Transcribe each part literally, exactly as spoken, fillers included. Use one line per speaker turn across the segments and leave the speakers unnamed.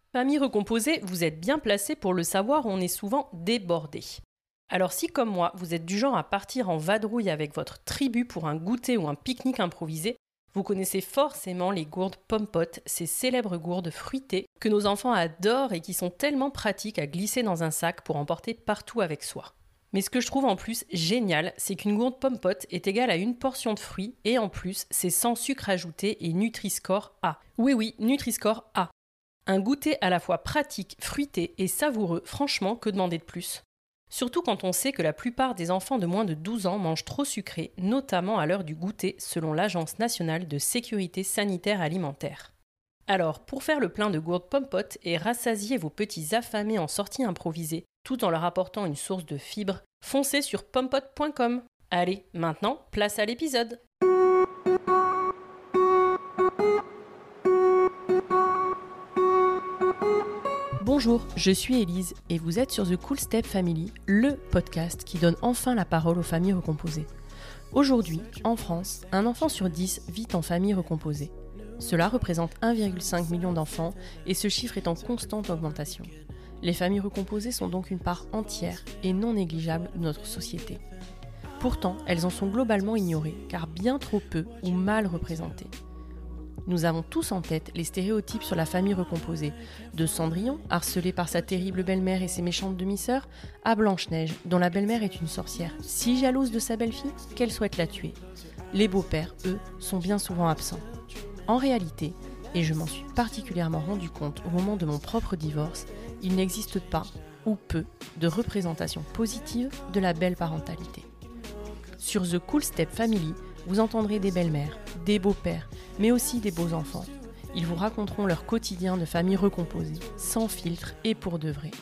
Famille recomposée, vous êtes bien placé pour le savoir, on est souvent débordé. Alors si comme moi, vous êtes du genre à partir en vadrouille avec votre tribu pour un goûter ou un pique-nique improvisé, vous connaissez forcément les gourdes Pom'Pot, ces célèbres gourdes fruitées que nos enfants adorent et qui sont tellement pratiques à glisser dans un sac pour emporter partout avec soi. Mais ce que je trouve en plus génial, c'est qu'une gourde Pom'Pot est égale à une portion de fruits et en plus, c'est sans sucre ajouté et Nutri-Score A. Oui oui, Nutri-Score A. Un goûter à la fois pratique, fruité et savoureux, franchement, que demander de plus ? Surtout quand on sait que la plupart des enfants de moins de douze ans mangent trop sucré, notamment à l'heure du goûter, selon l'Agence nationale de sécurité sanitaire alimentaire. Alors, pour faire le plein de gourdes Pom'Pot et rassasier vos petits affamés en sortie improvisée, tout en leur apportant une source de fibres, foncez sur pompot point com. Allez, maintenant, place à l'épisode. Bonjour, je suis Élise et vous êtes sur The Cool Step Family, le podcast qui donne enfin la parole aux familles recomposées. Aujourd'hui, en France, un enfant sur dix vit en famille recomposée. Cela représente un virgule cinq million d'enfants et ce chiffre est en constante augmentation. Les familles recomposées sont donc une part entière et non négligeable de notre société. Pourtant, elles en sont globalement ignorées car bien trop peu ou mal représentées. Nous avons tous en tête les stéréotypes sur la famille recomposée, de Cendrillon, harcelé par sa terrible belle-mère et ses méchantes demi-sœurs, à Blanche-Neige, dont la belle-mère est une sorcière, si jalouse de sa belle-fille qu'elle souhaite la tuer. Les beaux-pères, eux, sont bien souvent absents. En réalité, et je m'en suis particulièrement rendu compte au moment de mon propre divorce, il n'existe pas, ou peu, de représentation positive de la belle parentalité. Sur The Cool Step Family, vous entendrez des belles-mères, des beaux-pères, mais aussi des beaux enfants. Ils vous raconteront leur quotidien de famille recomposée, sans filtre et pour de vrai.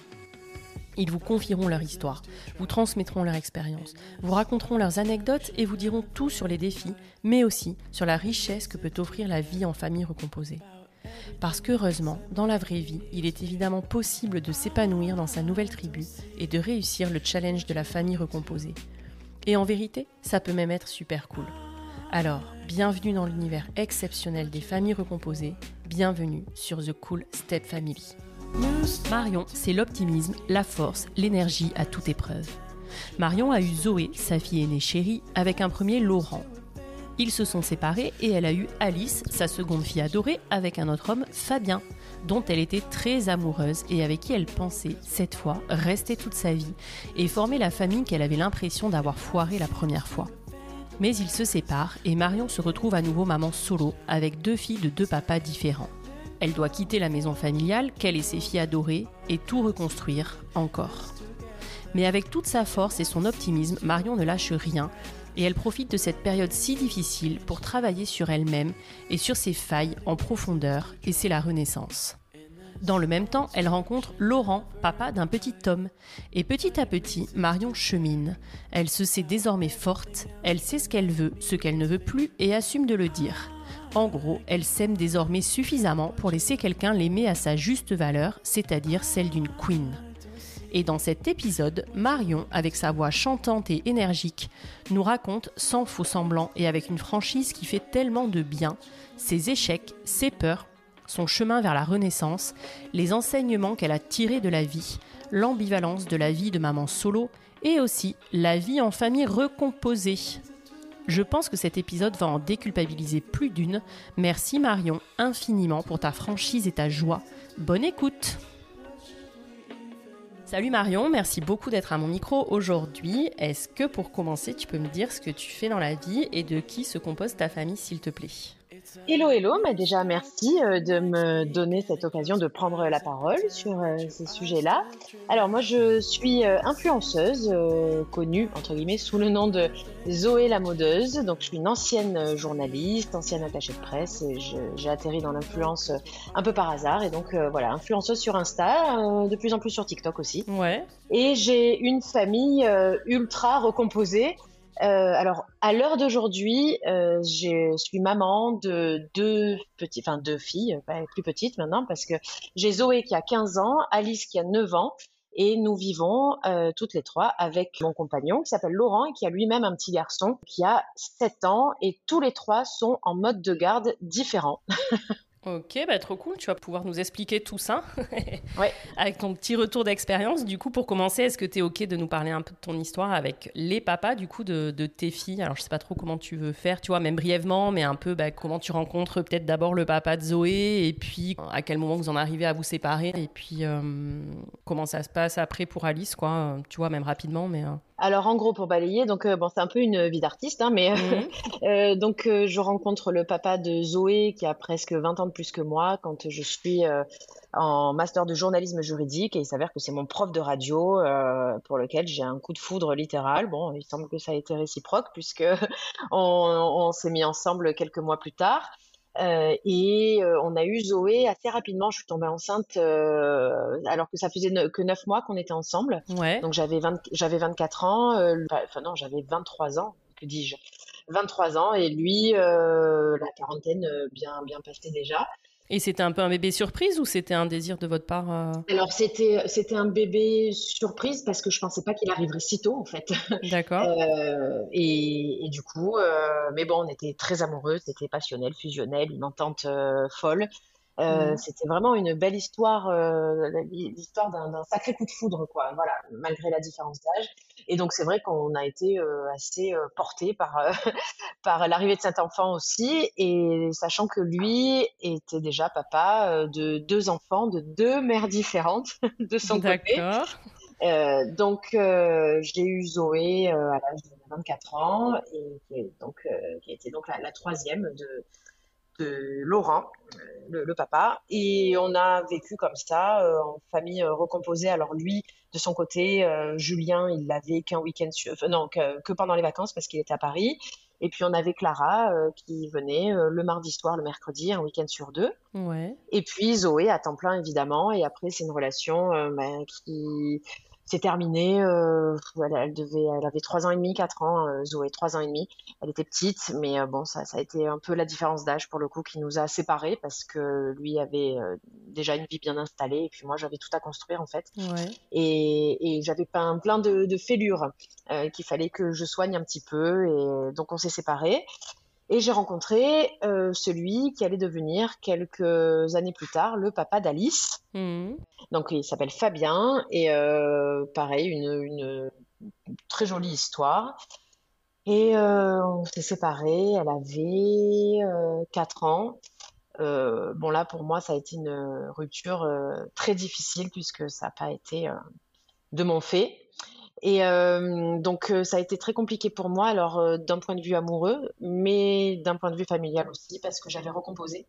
Ils vous confieront leur histoire, vous transmettront leur expérience, vous raconteront leurs anecdotes et vous diront tout sur les défis, mais aussi sur la richesse que peut offrir la vie en famille recomposée. Parce qu'heureusement, dans la vraie vie, il est évidemment possible de s'épanouir dans sa nouvelle tribu et de réussir le challenge de la famille recomposée. Et en vérité, ça peut même être super cool. Alors, bienvenue dans l'univers exceptionnel des familles recomposées, bienvenue sur The Cool Step Family. Marion, c'est l'optimisme, la force, l'énergie à toute épreuve. Marion a eu Zoé, sa fille aînée chérie, avec un premier Laurent. Ils se sont séparés et elle a eu Alice, sa seconde fille adorée, avec un autre homme, Fabien, dont elle était très amoureuse et avec qui elle pensait, cette fois, rester toute sa vie et former la famille qu'elle avait l'impression d'avoir foirée la première fois. Mais ils se séparent et Marion se retrouve à nouveau maman solo avec deux filles de deux papas différents. Elle doit quitter la maison familiale qu'elle et ses filles adorées et tout reconstruire encore. Mais avec toute sa force et son optimisme, Marion ne lâche rien et elle profite de cette période si difficile pour travailler sur elle-même et sur ses failles en profondeur et c'est la renaissance. Dans le même temps, elle rencontre Laurent, papa d'un petit Tom. Et petit à petit, Marion chemine. Elle se sait désormais forte, elle sait ce qu'elle veut, ce qu'elle ne veut plus et assume de le dire. En gros, elle s'aime désormais suffisamment pour laisser quelqu'un l'aimer à sa juste valeur, c'est-à-dire celle d'une queen. Et dans cet épisode, Marion, avec sa voix chantante et énergique, nous raconte sans faux semblant et avec une franchise qui fait tellement de bien, ses échecs, ses peurs, son chemin vers la renaissance, les enseignements qu'elle a tirés de la vie, l'ambivalence de la vie de maman solo et aussi la vie en famille recomposée. Je pense que cet épisode va en déculpabiliser plus d'une. Merci Marion infiniment pour ta franchise et ta joie. Bonne écoute! Salut Marion, merci beaucoup d'être à mon micro aujourd'hui. Est-ce que pour commencer, tu peux me dire ce que tu fais dans la vie et de qui se compose ta famille s'il te plaît ?
Hello, hello, mais déjà merci euh, de me donner cette occasion de prendre la parole sur euh, ces sujets-là. Alors moi je suis euh, influenceuse, euh, connue entre guillemets sous le nom de Zoé la modeuse. Donc je suis une ancienne journaliste, ancienne attachée de presse et je, j'ai atterri dans l'influence euh, un peu par hasard. Et donc euh, voilà, influenceuse sur Insta, euh, de plus en plus sur TikTok aussi.
Ouais.
Et j'ai une famille euh, ultra recomposée. Euh, alors, à l'heure d'aujourd'hui, euh, je suis maman de deux petits, enfin deux filles, pas plus petites maintenant, parce que j'ai Zoé qui a quinze ans, Alice qui a neuf ans, et nous vivons euh, toutes les trois avec mon compagnon qui s'appelle Laurent et qui a lui-même un petit garçon qui a sept ans, et tous les trois sont en mode de garde différent.
Ok, bah trop cool, tu vas pouvoir nous expliquer tout ça
Ouais.
avec ton petit retour d'expérience. Du coup, pour commencer, est-ce que tu es ok de nous parler un peu de ton histoire avec les papas du coup de, de tes filles? Alors, je sais pas trop comment tu veux faire, tu vois, même brièvement, mais un peu bah, comment tu rencontres peut-être d'abord le papa de Zoé et puis à quel moment vous en arrivez à vous séparer et puis euh, comment ça se passe après pour Alice, quoi, tu vois, même rapidement, mais... euh,
Alors en gros pour balayer, donc euh, bon c'est un peu une vie d'artiste, hein, mais
Mhm.
euh, donc euh, je rencontre le papa de Zoé qui a presque vingt ans de plus que moi quand je suis euh, en master de journalisme juridique et il s'avère que c'est mon prof de radio euh, pour lequel j'ai un coup de foudre littéral. Bon, il semble que ça a été réciproque puisque on, on s'est mis ensemble quelques mois plus tard. Euh, et euh, on a eu Zoé assez rapidement. Je suis tombée enceinte euh, alors que ça faisait ne- que neuf mois qu'on était ensemble.
Ouais.
Donc j'avais vingt, j'avais vingt-quatre ans. euh, lui- enfin non, j'avais vingt-trois ans. Que dis-je? vingt-trois ans et lui, euh, la quarantaine euh, bien bien passée déjà.
Et c'était un peu un bébé surprise ou c'était un désir de votre part euh,
Alors c'était c'était un bébé surprise parce que je pensais pas qu'il arriverait si tôt en fait.
D'accord.
Euh, et, et du coup, euh, mais bon, on était très amoureux, c'était passionnel, fusionnel, une entente euh, folle. Euh,
Mhm.
c'était vraiment une belle histoire, euh, l'histoire d'un d'un sacré coup de foudre, quoi. Voilà, malgré la différence d'âge. Et donc c'est vrai qu'on a été euh, assez euh, porté par euh, par l'arrivée de cet enfant aussi, et sachant que lui était déjà papa euh, de deux enfants de deux mères différentes de son côté.
D'accord.
Euh, donc euh, j'ai eu Zoé euh, à l'âge de vingt-quatre ans et qui est donc euh, qui a été donc la, la troisième de de Laurent, euh, le, le papa, et on a vécu comme ça euh, en famille euh, recomposée. Alors lui, de son côté, euh, Julien, il l'avait qu'un week-end, sur... enfin, non, que, que pendant les vacances parce qu'il était à Paris. Et puis on avait Clara euh, qui venait euh, le mardi soir, le mercredi, un week-end sur deux.
Ouais.
Et puis Zoé à temps plein évidemment. Et après c'est une relation euh, bah, qui s'est terminée. Euh, elle, elle devait, elle avait trois ans et demi, quatre ans. euh, Zoé trois ans et demi. Elle était petite, mais euh, bon ça, ça a été un peu la différence d'âge pour le coup qui nous a séparés parce que lui avait euh, déjà une vie bien installée et puis moi j'avais tout à construire en fait.
Ouais.
Et, et j'avais plein, plein de, de fêlures euh, qu'il fallait que je soigne un petit peu et donc on s'est séparés. Et j'ai rencontré euh, celui qui allait devenir quelques années plus tard le papa d'Alice.
Mhm.
Donc il s'appelle Fabien et euh, pareil une, une très jolie histoire. Et euh, on s'est séparés. Elle avait euh, quatre ans. Euh, bon là pour moi ça a été une rupture euh, très difficile puisque ça n'a pas été euh, de mon fait. Et euh, donc euh, ça a été très compliqué pour moi, alors euh, d'un point de vue amoureux, mais d'un point de vue familial aussi, parce que j'avais recomposé.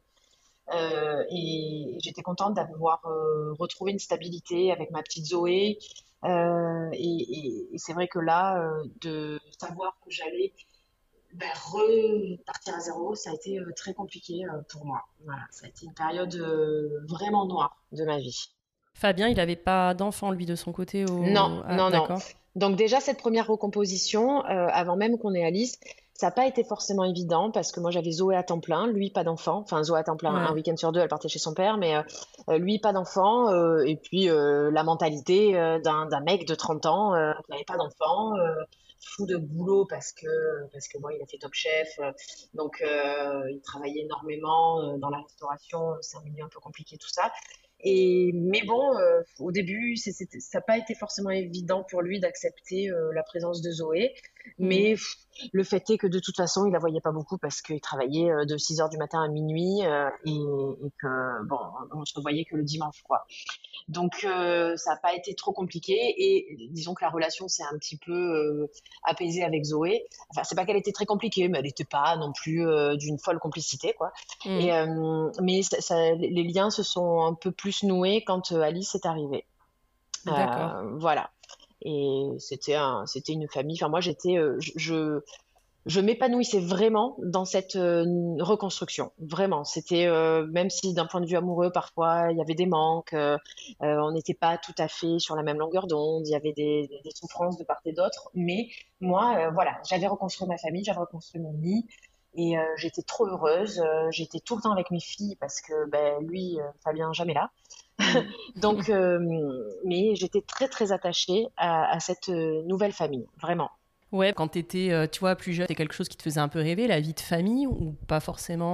Euh, et j'étais contente d'avoir euh, retrouvé une stabilité avec ma petite Zoé. Euh, et et- et c'est vrai que là, euh, de savoir que j'allais ben, repartir à zéro, ça a été euh, très compliqué euh, pour moi. Voilà, ça a été une période euh, vraiment noire de ma vie.
Fabien, il n'avait pas d'enfant, lui, de son côté
Non,
au... Ah,
non, non.
d'accord.
Donc déjà, cette première recomposition, euh, avant même qu'on ait Alice, ça n'a pas été forcément évident parce que moi j'avais Zoé à temps plein, lui pas d'enfant. Enfin Zoé à temps plein, un
Ouais.
week-end sur deux, elle partait chez son père, mais euh, euh, lui pas d'enfant. Euh, et puis euh, la mentalité euh, d'un d'un mec de trente ans euh, qui n'avait pas d'enfant, euh, fou de boulot parce que parce que moi il a fait Top Chef, euh, donc euh, il travaillait énormément euh, dans la restauration. C'est un milieu un peu compliqué tout ça. Et, mais bon, euh, au début, c'est- c'était- ça n'a pas été forcément évident pour lui d'accepter euh, la présence de Zoé.
Mhm.
Mais pff, le fait est que de toute façon, il la voyait pas beaucoup parce qu'il travaillait euh, de six heures du matin à minuit euh, et, et que, bon, on se voyait que le dimanche, quoi. Donc, euh, ça n'a pas été trop compliqué et disons que la relation s'est un petit peu euh, apaisée avec Zoé. Enfin, c'est pas qu'elle était très compliquée, mais elle n'était pas non plus euh, d'une folle complicité, quoi. Et,
Mhm.
euh, mais ça, ça- les liens se sont un peu plus noués quand euh, Alice est arrivée.
D'accord.
Euh, voilà. Et c'était un, c'était une famille. Enfin, moi, j'étais, euh, je, je, je m'épanouissais vraiment dans cette euh, reconstruction. Vraiment. C'était, euh, même si d'un point de vue amoureux, parfois, il y avait des manques, euh, euh, on n'était pas tout à fait sur la même longueur d'onde, il y avait des, des- des souffrances de part et d'autre. Mais moi, euh, voilà, j'avais reconstruit ma famille, j'avais reconstruit mon nid. Et euh, j'étais trop heureuse. Euh, j'étais tout le temps avec mes filles parce que ben, lui, euh, Fabien, jamais là.
Mhm.
Donc, euh, mais j'étais très très attachée à, à cette euh, nouvelle famille, vraiment.
Ouais, quand t'étais, euh, tu vois, plus jeune, c'était quelque chose qui te faisait un peu rêver, la vie de famille, ou pas forcément?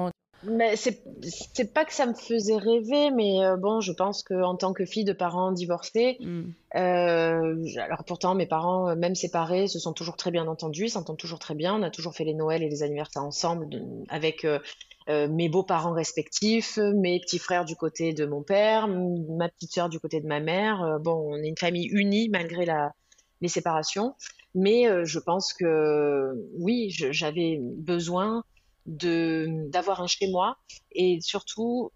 Mais c'est c'est pas que ça me faisait rêver, mais euh, bon, je pense que en tant que fille de parents divorcés,
Hmm.
euh, j- alors pourtant mes parents, euh, même séparés, se sont toujours très bien entendus, ils s'entendent toujours très bien. On a toujours fait les Noëls et les anniversaires ensemble de- avec euh, euh, mes beaux-parents respectifs, mes petits frères du côté de mon père, m- ma petite sœur du côté de ma mère. Euh, bon, on est une famille unie malgré la les séparations, mais euh, je pense que oui, je- j'avais besoin de d'avoir un chez moi et surtout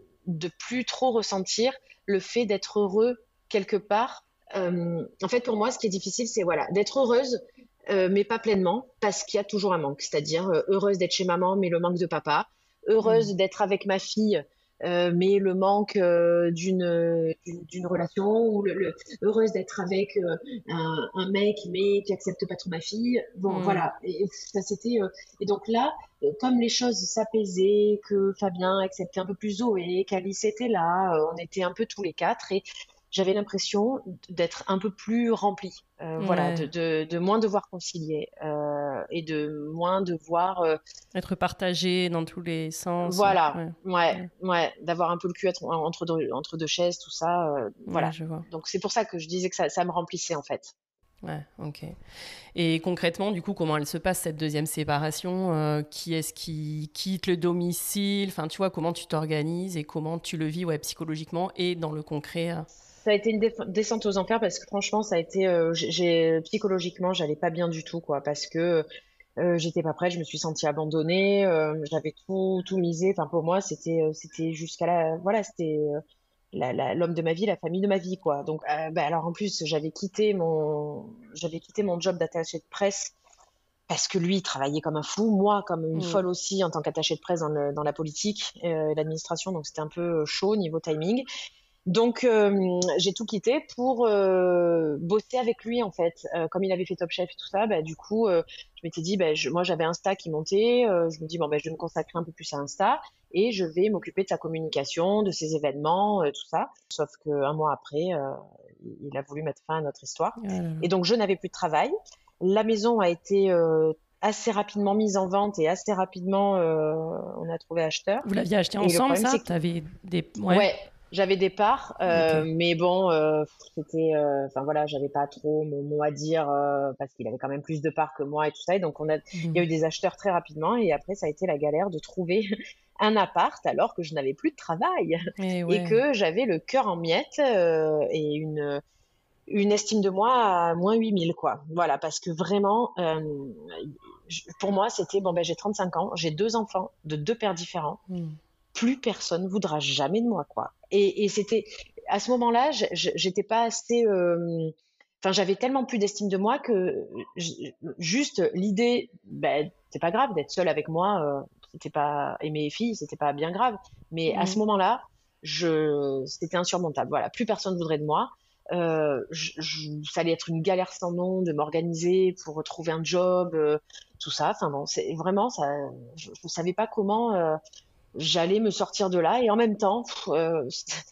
de plus trop ressentir le fait d'être heureux quelque part. Euh, en fait, pour moi, ce qui est difficile, c'est voilà, d'être heureuse, euh, mais pas pleinement, parce qu'il y a toujours un manque. C'est-à-dire euh, heureuse d'être chez maman, mais le manque de papa.
Hmm.
Heureuse d'être avec ma fille, euh, mais le manque euh, d'une d'une d'une relation. Ou le, le- heureuse d'être avec euh, un, un mec, mais qui accepte pas trop ma fille. Bon,
Hmm.
voilà. Et, et ça, c'était. Euh, et donc là, euh, comme les choses s'apaisaient, que Fabien acceptait un peu plus Zoé, qu'Alice était là, euh, on était un peu tous les quatre et j'avais l'impression d'être un peu plus remplie, euh, voilà, de,
Ouais.
de, de moins devoir concilier euh, et de moins devoir, euh,
Être partagé dans tous les sens.
voilà,
Ouais.
ouais,
Ouais,
ouais, d'avoir un peu le cul entre, entre deux, entre deux chaises, tout ça, euh,
ouais,
voilà.
je vois.
Donc c'est pour ça que je disais que ça, ça me remplissait en fait.
Ouais, ok. Et concrètement, du coup, comment elle se passe cette deuxième séparation? Euh, qui est-ce qui quitte le domicile? Enfin, tu vois, comment tu t'organises et comment tu le vis, ouais, psychologiquement et dans le concret. euh.
Ça a été une déf- descente aux enfers parce que franchement, ça a été, euh, j'ai j'ai- psychologiquement, j'allais pas bien du tout, quoi, parce que euh, j'étais pas prête, je me suis sentie abandonnée, euh, j'avais tout, tout misé. Enfin, pour moi, c'était, euh, c'était jusqu'à la, voilà, c'était euh, la- la- l'homme de ma vie, la famille de ma vie, quoi. Donc, euh, bah, alors en plus, j'avais quitté mon, j'avais quitté mon job d'attaché de presse parce que lui, il travaillait comme un fou, moi, comme une
Mm.
folle aussi en tant qu'attaché de presse dans, le- dans la politique, euh, et l'administration. Donc, c'était un peu chaud niveau timing. Donc, euh, j'ai tout quitté pour euh, bosser avec lui, en fait. Euh, comme il avait fait Top Chef et tout ça, bah, du coup, euh, je m'étais dit, bah, je- moi, j'avais Insta qui montait. Euh, je me dis, bon, bah, je vais me consacrer un peu plus à Insta et je vais m'occuper de sa communication, de ses événements, euh, tout ça. Sauf qu'un mois après, euh, il il a voulu mettre fin à notre histoire.
Ah là là.
Et donc, je n'avais plus de travail. La maison a été euh, assez rapidement mise en vente et assez rapidement, euh, on a trouvé acheteur.
Vous l'aviez acheté
Et le
ensemble,
problème,
ça?
c'est que
T'avais des... Ouais,
ouais, j'avais des parts,
ok.
euh, mais bon, euh, c'était, euh, enfin voilà, j'avais pas trop mon mot à dire euh, parce qu'il avait quand même plus de parts que moi et tout ça. Et donc on a, il y a
Mm.
eu des acheteurs très rapidement et après ça a été la galère de trouver un appart alors que je n'avais plus de travail
Et
et
ouais.
que j'avais le cœur en miettes euh, et une une estime de moi à moins huit mille quoi. Voilà, parce que vraiment, euh, je- pour moi c'était bon ben j'ai trente-cinq ans, j'ai deux enfants de deux pères différents,
Mm.
plus personne voudra jamais de moi, quoi. Et, et c'était à ce moment-là, je- je- j'étais pas assez. euh, Enfin, j'avais tellement plus d'estime de moi que j- juste l'idée, ben, c'est pas grave d'être seule avec moi, euh, c'était pas et mes filles, c'était pas bien grave. Mais à ce
Mm.
moment-là, je, c'était insurmontable. Voilà, plus personne voudrait de moi. Euh, je, je- ça allait être une galère sans nom de m'organiser pour retrouver un job, euh, tout ça. Enfin bon, c'est vraiment ça. Je, je savais pas comment. Euh, j'allais me sortir de là et en même temps, pff, euh,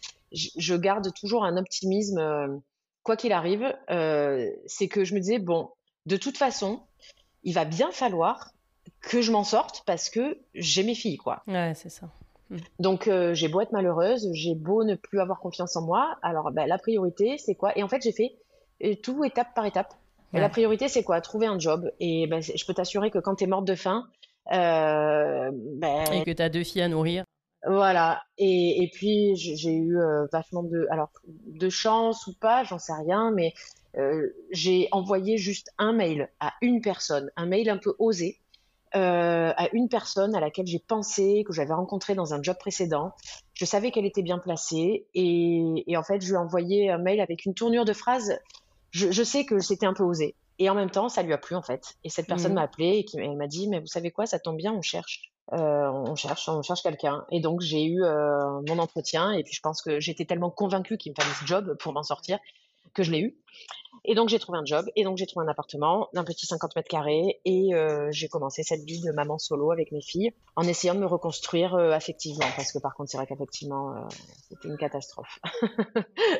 je je garde toujours un optimisme, euh, quoi qu'il arrive. Euh, c'est que je me disais, bon, de toute façon, il va bien falloir que je m'en sorte parce que j'ai mes filles, quoi.
Ouais, c'est ça. Mm.
Donc, euh, j'ai beau être malheureuse, j'ai beau ne plus avoir confiance en moi. Alors, bah, la priorité, c'est quoi? Et en fait, j'ai fait euh, tout étape par étape. Et la
Ouais.
priorité, c'est quoi? Trouver un job. Et ben, je peux t'assurer que quand tu es morte de faim, euh,
Et
ben,
que t'as deux filles à nourrir.
voilà. Et, et puis j'ai j'ai eu euh, vachement de, alors de chance ou pas, j'en sais rien, mais euh, j'ai envoyé juste un mail à une personne, un mail un peu osé, euh, à une personne à laquelle j'ai pensé, que j'avais rencontrée dans un job précédent. Je savais qu'elle était bien placée et, et en fait je lui ai envoyé un mail avec une tournure de phrase. Je, je sais que c'était un peu osé. Et en même temps, ça lui a plu en fait. Et cette personne
Mm.
m'a appelé et qui, elle m'a dit, mais vous savez quoi, ça tombe bien, on cherche. Euh, on cherche, on cherche quelqu'un. Et donc j'ai eu euh, mon entretien et puis je pense que j'étais tellement convaincue qu'il me fallait ce job pour m'en sortir que je l'ai eu. Et donc j'ai trouvé un job et donc j'ai trouvé un appartement d'un petit cinquante mètres carrés et euh, j'ai commencé cette vie de maman solo avec mes filles en essayant de me reconstruire euh, affectivement parce que par contre c'est vrai qu'affectivement euh, c'était une catastrophe.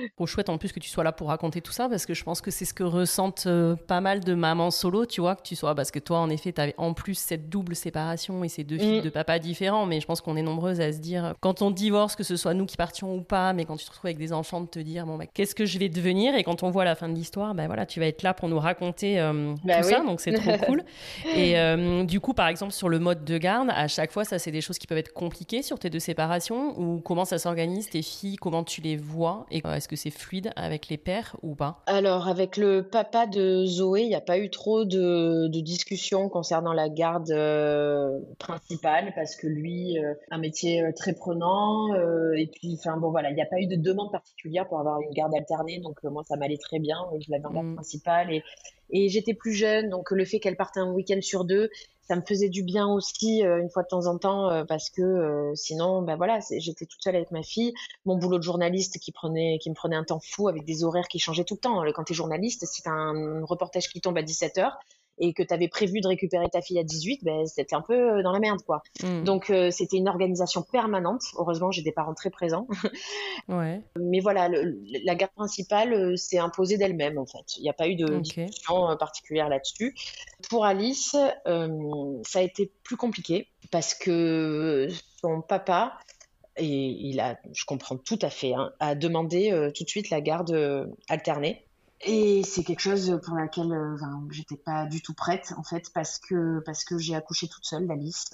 Trop chouette en plus que tu sois là pour raconter tout ça, parce que je pense que c'est ce que ressentent euh, pas mal de mamans solo, tu vois, que tu sois, parce que toi en effet tu avais en plus cette double séparation et ces deux filles
Mm.
de papa différents, mais je pense qu'on est nombreuses à se dire, quand on divorce, que ce soit nous qui partions ou pas, mais quand tu te retrouves avec des enfants, de te dire, bon bah, qu'est-ce que je vais devenir, et quand on voit la fin de l'histoire, bah voilà, tu vas être là pour nous raconter euh,
Bah
tout
oui.
ça, donc c'est trop cool. Et euh, du coup, par exemple, sur le mode de garde, à chaque fois, ça c'est des choses qui peuvent être compliquées sur tes deux séparations, ou comment ça s'organise, tes filles, comment tu les vois, et euh, est-ce que c'est fluide avec les pères ou pas?
Alors, avec le papa de Zoé, il n'y a pas eu trop de, de discussions concernant la garde euh, principale parce que lui, euh, un métier euh, très prenant. Euh, et puis, enfin bon, voilà, il n'y a pas eu de demande particulière pour avoir une garde alternée. Donc, euh, moi, ça m'allait très bien. Je l'avais en garde
Mm.
principale et, et j'étais plus jeune. Donc, le fait qu'elle parte un week-end sur deux, ça me faisait du bien aussi euh, une fois de temps en temps euh, parce que euh, sinon, ben voilà, c'est- j'étais toute seule avec ma fille. Mon boulot de journaliste qui prenait, qui me prenait un temps fou avec des horaires qui changeaient tout le temps. Quand tu es journaliste, si tu as un reportage qui tombe à dix-sept heures et que tu avais prévu de récupérer ta fille à dix-huit, ben, c'était un peu dans la merde, quoi.
Mm.
Donc, euh, c'était une organisation permanente. Heureusement, j'ai des parents très présents.
Ouais,
Mais voilà, le- la garde principale euh, s'est imposée d'elle-même, en fait. Il n'y a pas eu de
ok.
discussion euh, particulière là-dessus. Pour Alice, euh, ça a été plus compliqué parce que son papa, et il a, je comprends tout à fait, hein, a demandé euh, tout de suite la garde euh, alternée. Et c'est quelque chose pour laquelle euh, enfin, j'étais pas du tout prête en fait parce que parce que j'ai accouché toute seule d'Alice.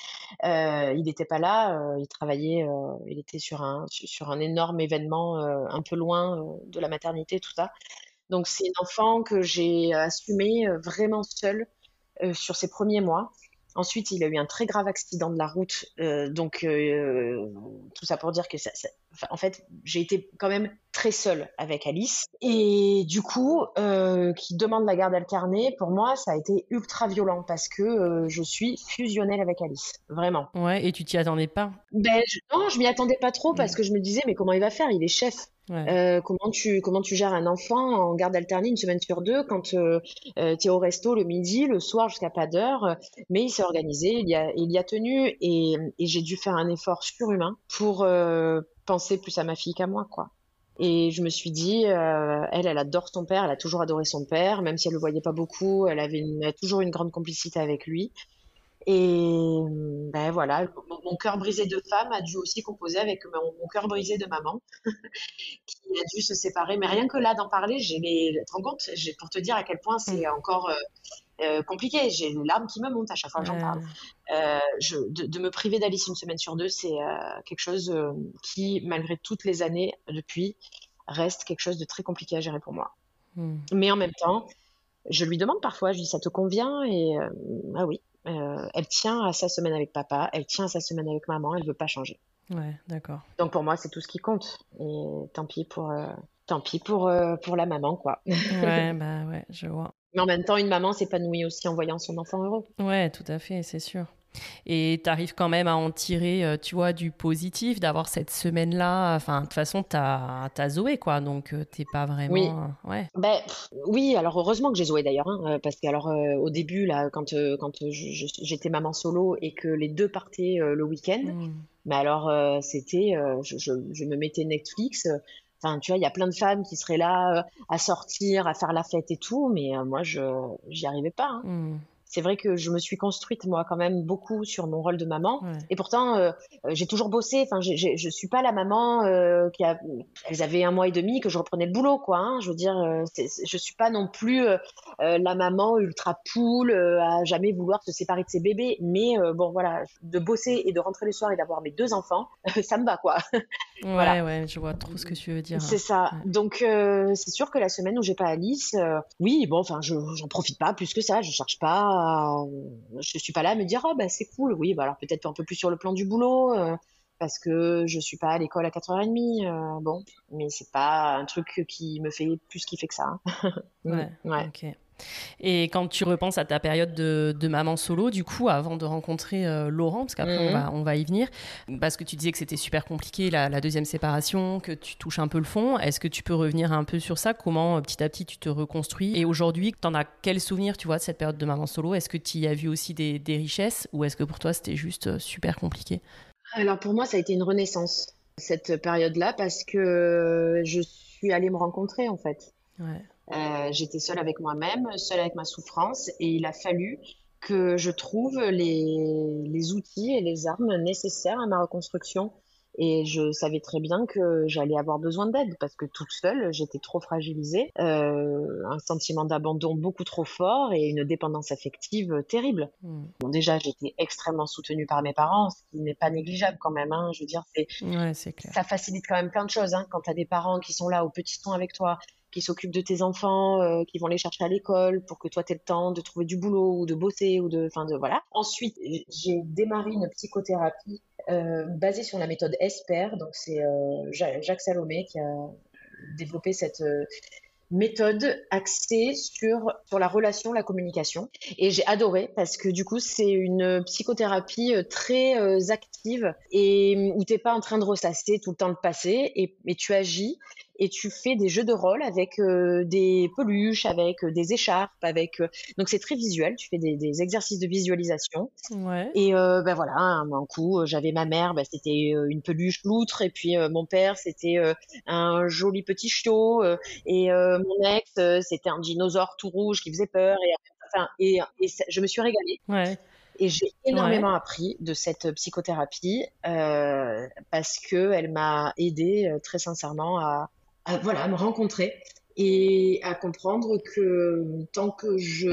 Euh, il n'était pas là, euh, il travaillait, euh, il était sur un sur un énorme événement euh, un peu loin euh, de la maternité tout ça. Donc c'est une enfant que j'ai assumée euh, vraiment seule euh, sur ses premiers mois. Ensuite, il a eu un très grave accident de la route. Euh, donc, euh, tout ça pour dire que ça, ça- enfin, en fait, j'ai été quand même très seule avec Alice. Et du coup, euh, qui demande la garde alternée, pour moi, ça a été ultra violent parce que euh, je suis fusionnelle avec Alice. Vraiment.
Ouais, et tu t'y attendais pas?
Ben, je, non, je m'y attendais pas trop parce
Mm.
que je me disais, mais comment il va faire? Il est chef.
Ouais.
Euh, comment tu, comment tu gères un enfant en garde alternée une semaine sur deux quand euh, euh, tu es au resto le midi, le soir jusqu'à pas d'heure. euh, Mais il s'est organisé, il y a, il y a tenu et, et j'ai dû faire un effort surhumain pour euh, penser plus à ma fille qu'à moi, quoi. Et je me suis dit, euh, elle, elle adore son père, elle a toujours adoré son père, même si elle le voyait pas beaucoup, elle avait une- elle a toujours une grande complicité avec lui. Et ben voilà, mon, mon cœur brisé de femme a dû aussi composer avec mon, mon cœur brisé de maman qui a dû se séparer. Mais rien que là d'en parler, j'ai les, tu te rends compte, j'ai, pour te dire à quel point
Mm.
c'est encore euh, euh, compliqué. J'ai les larmes qui me montent à chaque fois que j'en parle.
Euh,
Euh, je, de, de me priver d'Alice une semaine sur deux, c'est euh, quelque chose euh, qui, malgré toutes les années depuis, reste quelque chose de très compliqué à gérer pour moi.
mm.
Mais en même temps, je lui demande parfois, je lui dis ça te convient et euh, ah oui, euh, elle tient à sa semaine avec papa, elle tient à sa semaine avec maman, elle veut pas changer.
Ouais, d'accord.
Donc pour moi, c'est tout ce qui compte. Et tant pis pour, euh, tant pis pour, euh, pour la maman, quoi.
Ouais, bah ouais, je vois.
Mais en même temps, une maman s'épanouit aussi en voyant son enfant heureux.
Ouais, tout à fait, c'est sûr. Et tu arrives quand même à en tirer, euh, tu vois, du positif, d'avoir cette semaine-là. Enfin, de toute façon, t'as, t'as Zoé, quoi. Donc, euh, t'es pas
Oui,
vraiment. euh, Ouais.
ben pff, oui. Alors heureusement que j'ai Zoé d'ailleurs, hein, euh, parce que alors euh, au début là, quand euh, quand euh, je- je- j'étais maman solo et que les deux partaient euh, le week-end,
Mm.
mais alors euh, c'était, euh, je, je, je me mettais Netflix. euh, Enfin, tu vois, il y a plein de femmes qui seraient là euh, à sortir, à faire la fête et tout, mais euh, moi je j'y arrivais pas, hein.
Mm.
C'est vrai que je me suis construite moi quand même beaucoup sur mon rôle de maman
Ouais.
et pourtant euh, euh, j'ai toujours bossé. Enfin, j'ai, j'ai- je suis pas la maman euh, qui a. Elles avaient un mois et demi que je reprenais le boulot, quoi, hein. Je veux dire, euh, c'est, c'est- je suis pas non plus euh, euh, la maman ultra poule euh, à jamais vouloir se séparer de ses bébés. Mais euh, bon, voilà, de bosser et de rentrer le soir et d'avoir mes deux enfants, ça me va, quoi. Voilà.
Ouais, ouais, je vois trop ce que tu veux dire.
C'est ça.
Ouais.
Donc, euh, c'est sûr que la semaine où j'ai pas Alice, euh, oui, bon, enfin, je j'en profite pas plus que ça. Je cherche pas, à- je suis pas là à me dire, ah bah c'est cool. Oui, bah alors peut-être un peu plus sur le plan du boulot, euh, parce que je suis pas à l'école à quatre heures trente. Euh, bon, mais c'est pas un truc qui me fait plus kiffer que ça, hein. Mm,
Ouais,
ouais.
ok. Et quand tu repenses à ta période de, de maman solo, du coup, avant de rencontrer euh, Laurent, parce qu'après on
Mhm.
va, on va y venir, parce que tu disais que c'était super compliqué la, la deuxième séparation, que tu touches un peu le fond, est-ce que tu peux revenir un peu sur ça? Comment euh, petit à petit tu te reconstruis? Et aujourd'hui, t'en as quel souvenir, tu vois, de cette période de maman solo? Est-ce que tu y as vu aussi des, des richesses ou est-ce que pour toi c'était juste euh, super compliqué?
Alors pour moi, ça a été une renaissance. cette période-là parce que je suis allée me rencontrer en fait.
Ouais.
Euh, j'étais seule avec moi-même, seule avec ma souffrance, et il a fallu que je trouve les, les outils et les armes nécessaires à ma reconstruction. Et je savais très bien que j'allais avoir besoin d'aide parce que toute seule, j'étais trop fragilisée, euh, un sentiment d'abandon beaucoup trop fort et une dépendance affective terrible.
Mm.
Bon, déjà, j'étais extrêmement soutenue par mes parents, ce qui n'est pas négligeable quand même, hein. Je veux dire, c'est,
Ouais, c'est clair.
ça facilite quand même plein de choses, hein, quand tu as des parents qui sont là au petit soin avec toi, qui s'occupent de tes enfants, euh, qui vont les chercher à l'école pour que toi tu aies le temps de trouver du boulot ou de bosser ou de, enfin de voilà. Ensuite, j'ai démarré une psychothérapie euh, basée sur la méthode ESPER. Donc c'est euh, Jacques Salomé qui a développé cette euh, méthode axée sur, sur la relation, la communication. Et j'ai adoré parce que du coup, c'est une psychothérapie très euh, active et où t'es pas en train de ressasser tout le temps le passé et, et tu agis et tu fais des jeux de rôle avec euh, des peluches, avec euh, des écharpes, avec... Euh... Donc c'est très visuel, tu fais des, des exercices de visualisation.
Ouais.
Et euh, ben voilà, un, un coup, j'avais ma mère, ben, c'était euh, une peluche loutre, et puis euh, mon père, c'était euh, un joli petit chiot, euh, et euh, mon ex, euh, c'était un dinosaure tout rouge qui faisait peur. Et, enfin, et, et ça, je me suis régalée.
Ouais.
Et j'ai énormément
Ouais.
appris de cette psychothérapie euh, parce que elle m'a aidée euh, très sincèrement à, à, voilà, à me rencontrer et à comprendre que tant que je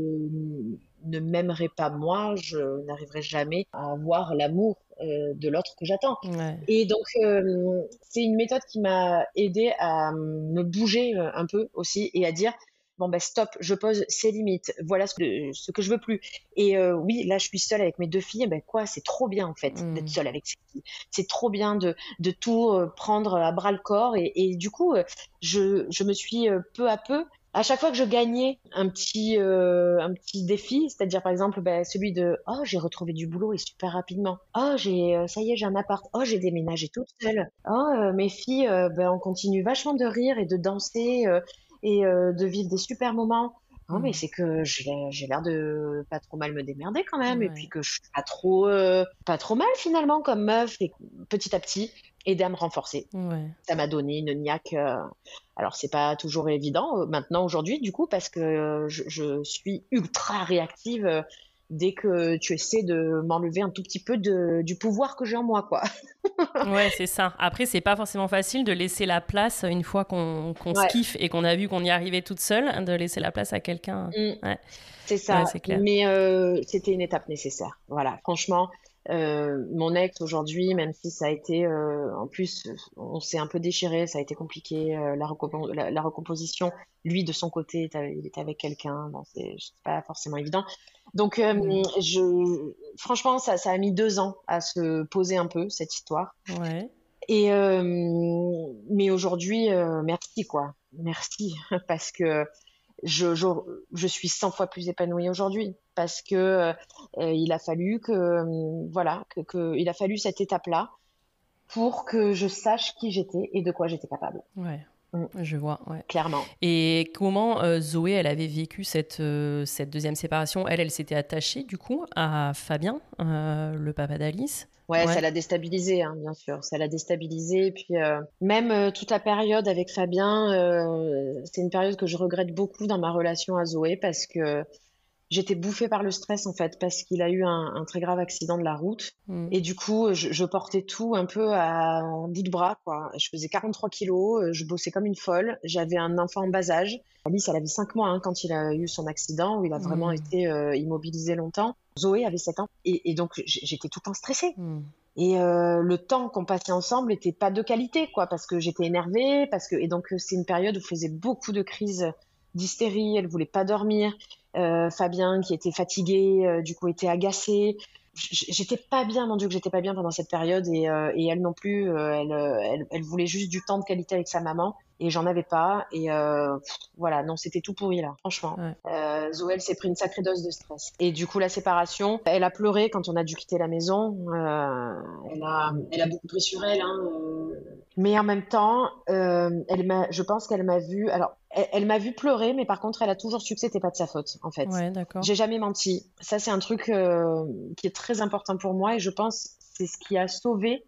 ne m'aimerai pas moi, je n'arriverai jamais à avoir l'amour euh, de l'autre que j'attends.
Ouais.
Et donc, euh, c'est une méthode qui m'a aidée à me bouger euh, un peu aussi et à dire, bon, ben stop, je pose ces limites, voilà ce que, ce que je veux plus. Et euh, oui, là, je suis seule avec mes deux filles, ben quoi, c'est trop bien en fait
Mm.
d'être seule avec ces filles. C'est trop bien de, de tout euh, prendre à bras le corps. Et, et du coup, euh, je, je me suis euh, peu à peu à chaque fois que je gagnais un petit, euh, un petit défi, c'est-à-dire par exemple ben, celui de oh j'ai retrouvé du boulot et super rapidement, oh j'ai euh, ça y est j'ai un appart, oh j'ai déménagé toute seule, oh euh, mes filles euh, ben, on continue vachement de rire et de danser euh, et euh, de vivre des super moments. Oh mais
Mm.
c'est que j'ai j'ai l'air de pas trop mal me démerder quand même et puis
Ouais.
que je suis pas trop euh, pas trop mal finalement comme meuf et petit à petit aider à me renforcer.
Ouais.
Ça m'a donné une niaque. euh, Alors, c'est pas toujours évident euh, maintenant, aujourd'hui, du coup, parce que euh, je, je suis ultra réactive euh, dès que tu essaies de m'enlever un tout petit peu de, du pouvoir que j'ai en moi, quoi.
Ouais, c'est ça. Après, c'est pas forcément facile de laisser la place une fois qu'on qu'on se
Ouais,
kiffe et qu'on a vu qu'on y arrivait toute seule, de laisser la place à quelqu'un.
mm,
Ouais,
c'est
ouais,
ça.
c'est clair.
Mais euh, c'était une étape nécessaire. Voilà, franchement, euh, mon ex aujourd'hui, même si ça a été, euh, en plus, on s'est un peu déchiré, ça a été compliqué, euh, la, recompo- la, la recomposition. Lui, de son côté, était- il était avec quelqu'un. Bon, c'est c'est pas forcément évident. Donc, euh,
Mm.
je, franchement, ça, ça a mis deux ans à se poser un peu, cette histoire.
Ouais.
Et, euh, mais aujourd'hui, euh, merci, quoi. Merci, parce que je, je, je suis cent fois plus épanouie aujourd'hui parce que euh, euh, il a fallu que euh, voilà que, que il a fallu cette étape-là pour que je sache qui j'étais et de quoi j'étais capable.
Ouais.
Mm,
Je vois, ouais.
clairement.
Et comment euh, Zoé, elle avait vécu cette, euh, cette deuxième séparation? Elle, elle s'était attachée, du coup, à Fabien, euh, le papa d'Alice.
Ouais, ça
Ouais.
l'a déstabilisé, hein, bien sûr. Ça l'a déstabilisé. Et puis, euh, même euh, toute la période avec Fabien, euh, c'est une période que je regrette beaucoup dans ma relation à Zoé parce que j'étais bouffée par le stress en fait, parce qu'il a eu un, un très grave accident de la route.
Mm.
Et du coup, je, je portais tout un peu à bout de bras, quoi. Je faisais quarante-trois kilos, euh, je bossais comme une folle. J'avais un enfant en bas âge. Alice, elle avait cinq mois hein, quand il a eu son accident, où il a vraiment
Mm.
été euh, immobilisé longtemps. Zoé avait sept ans. Et, et donc, j- j'étais tout le temps stressée.
Mm.
Et euh, le temps qu'on passait ensemble n'était pas de qualité, quoi, parce que j'étais énervée, parce que et donc euh, c'est une période où je faisais beaucoup de crises d'hystérie, elle voulait pas dormir. Euh, Fabien qui était fatigué, euh, du coup était agacé. J- J'étais pas bien, mon Dieu que j'étais pas bien pendant cette période et, euh, et elle non plus. euh, elle, euh, elle, elle voulait juste du temps de qualité avec sa maman et j'en avais pas. Et euh, pff, voilà, non, c'était tout pourri là, franchement.
Ouais.
Euh, Zoé, elle s'est pris une sacrée dose de stress. Et du coup, la séparation, elle a pleuré quand on a dû quitter la maison. Euh, elle a, elle a beaucoup pris sur elle, hein, euh. Mais en même temps, euh, elle m'a, je pense qu'elle m'a vu. Alors, elle, elle m'a vu pleurer, mais par contre, elle a toujours su que c'était pas de sa faute, en fait.
Ouais, d'accord.
J'ai jamais menti. Ça, c'est un truc euh, qui est très important pour moi et je pense que c'est ce qui a sauvé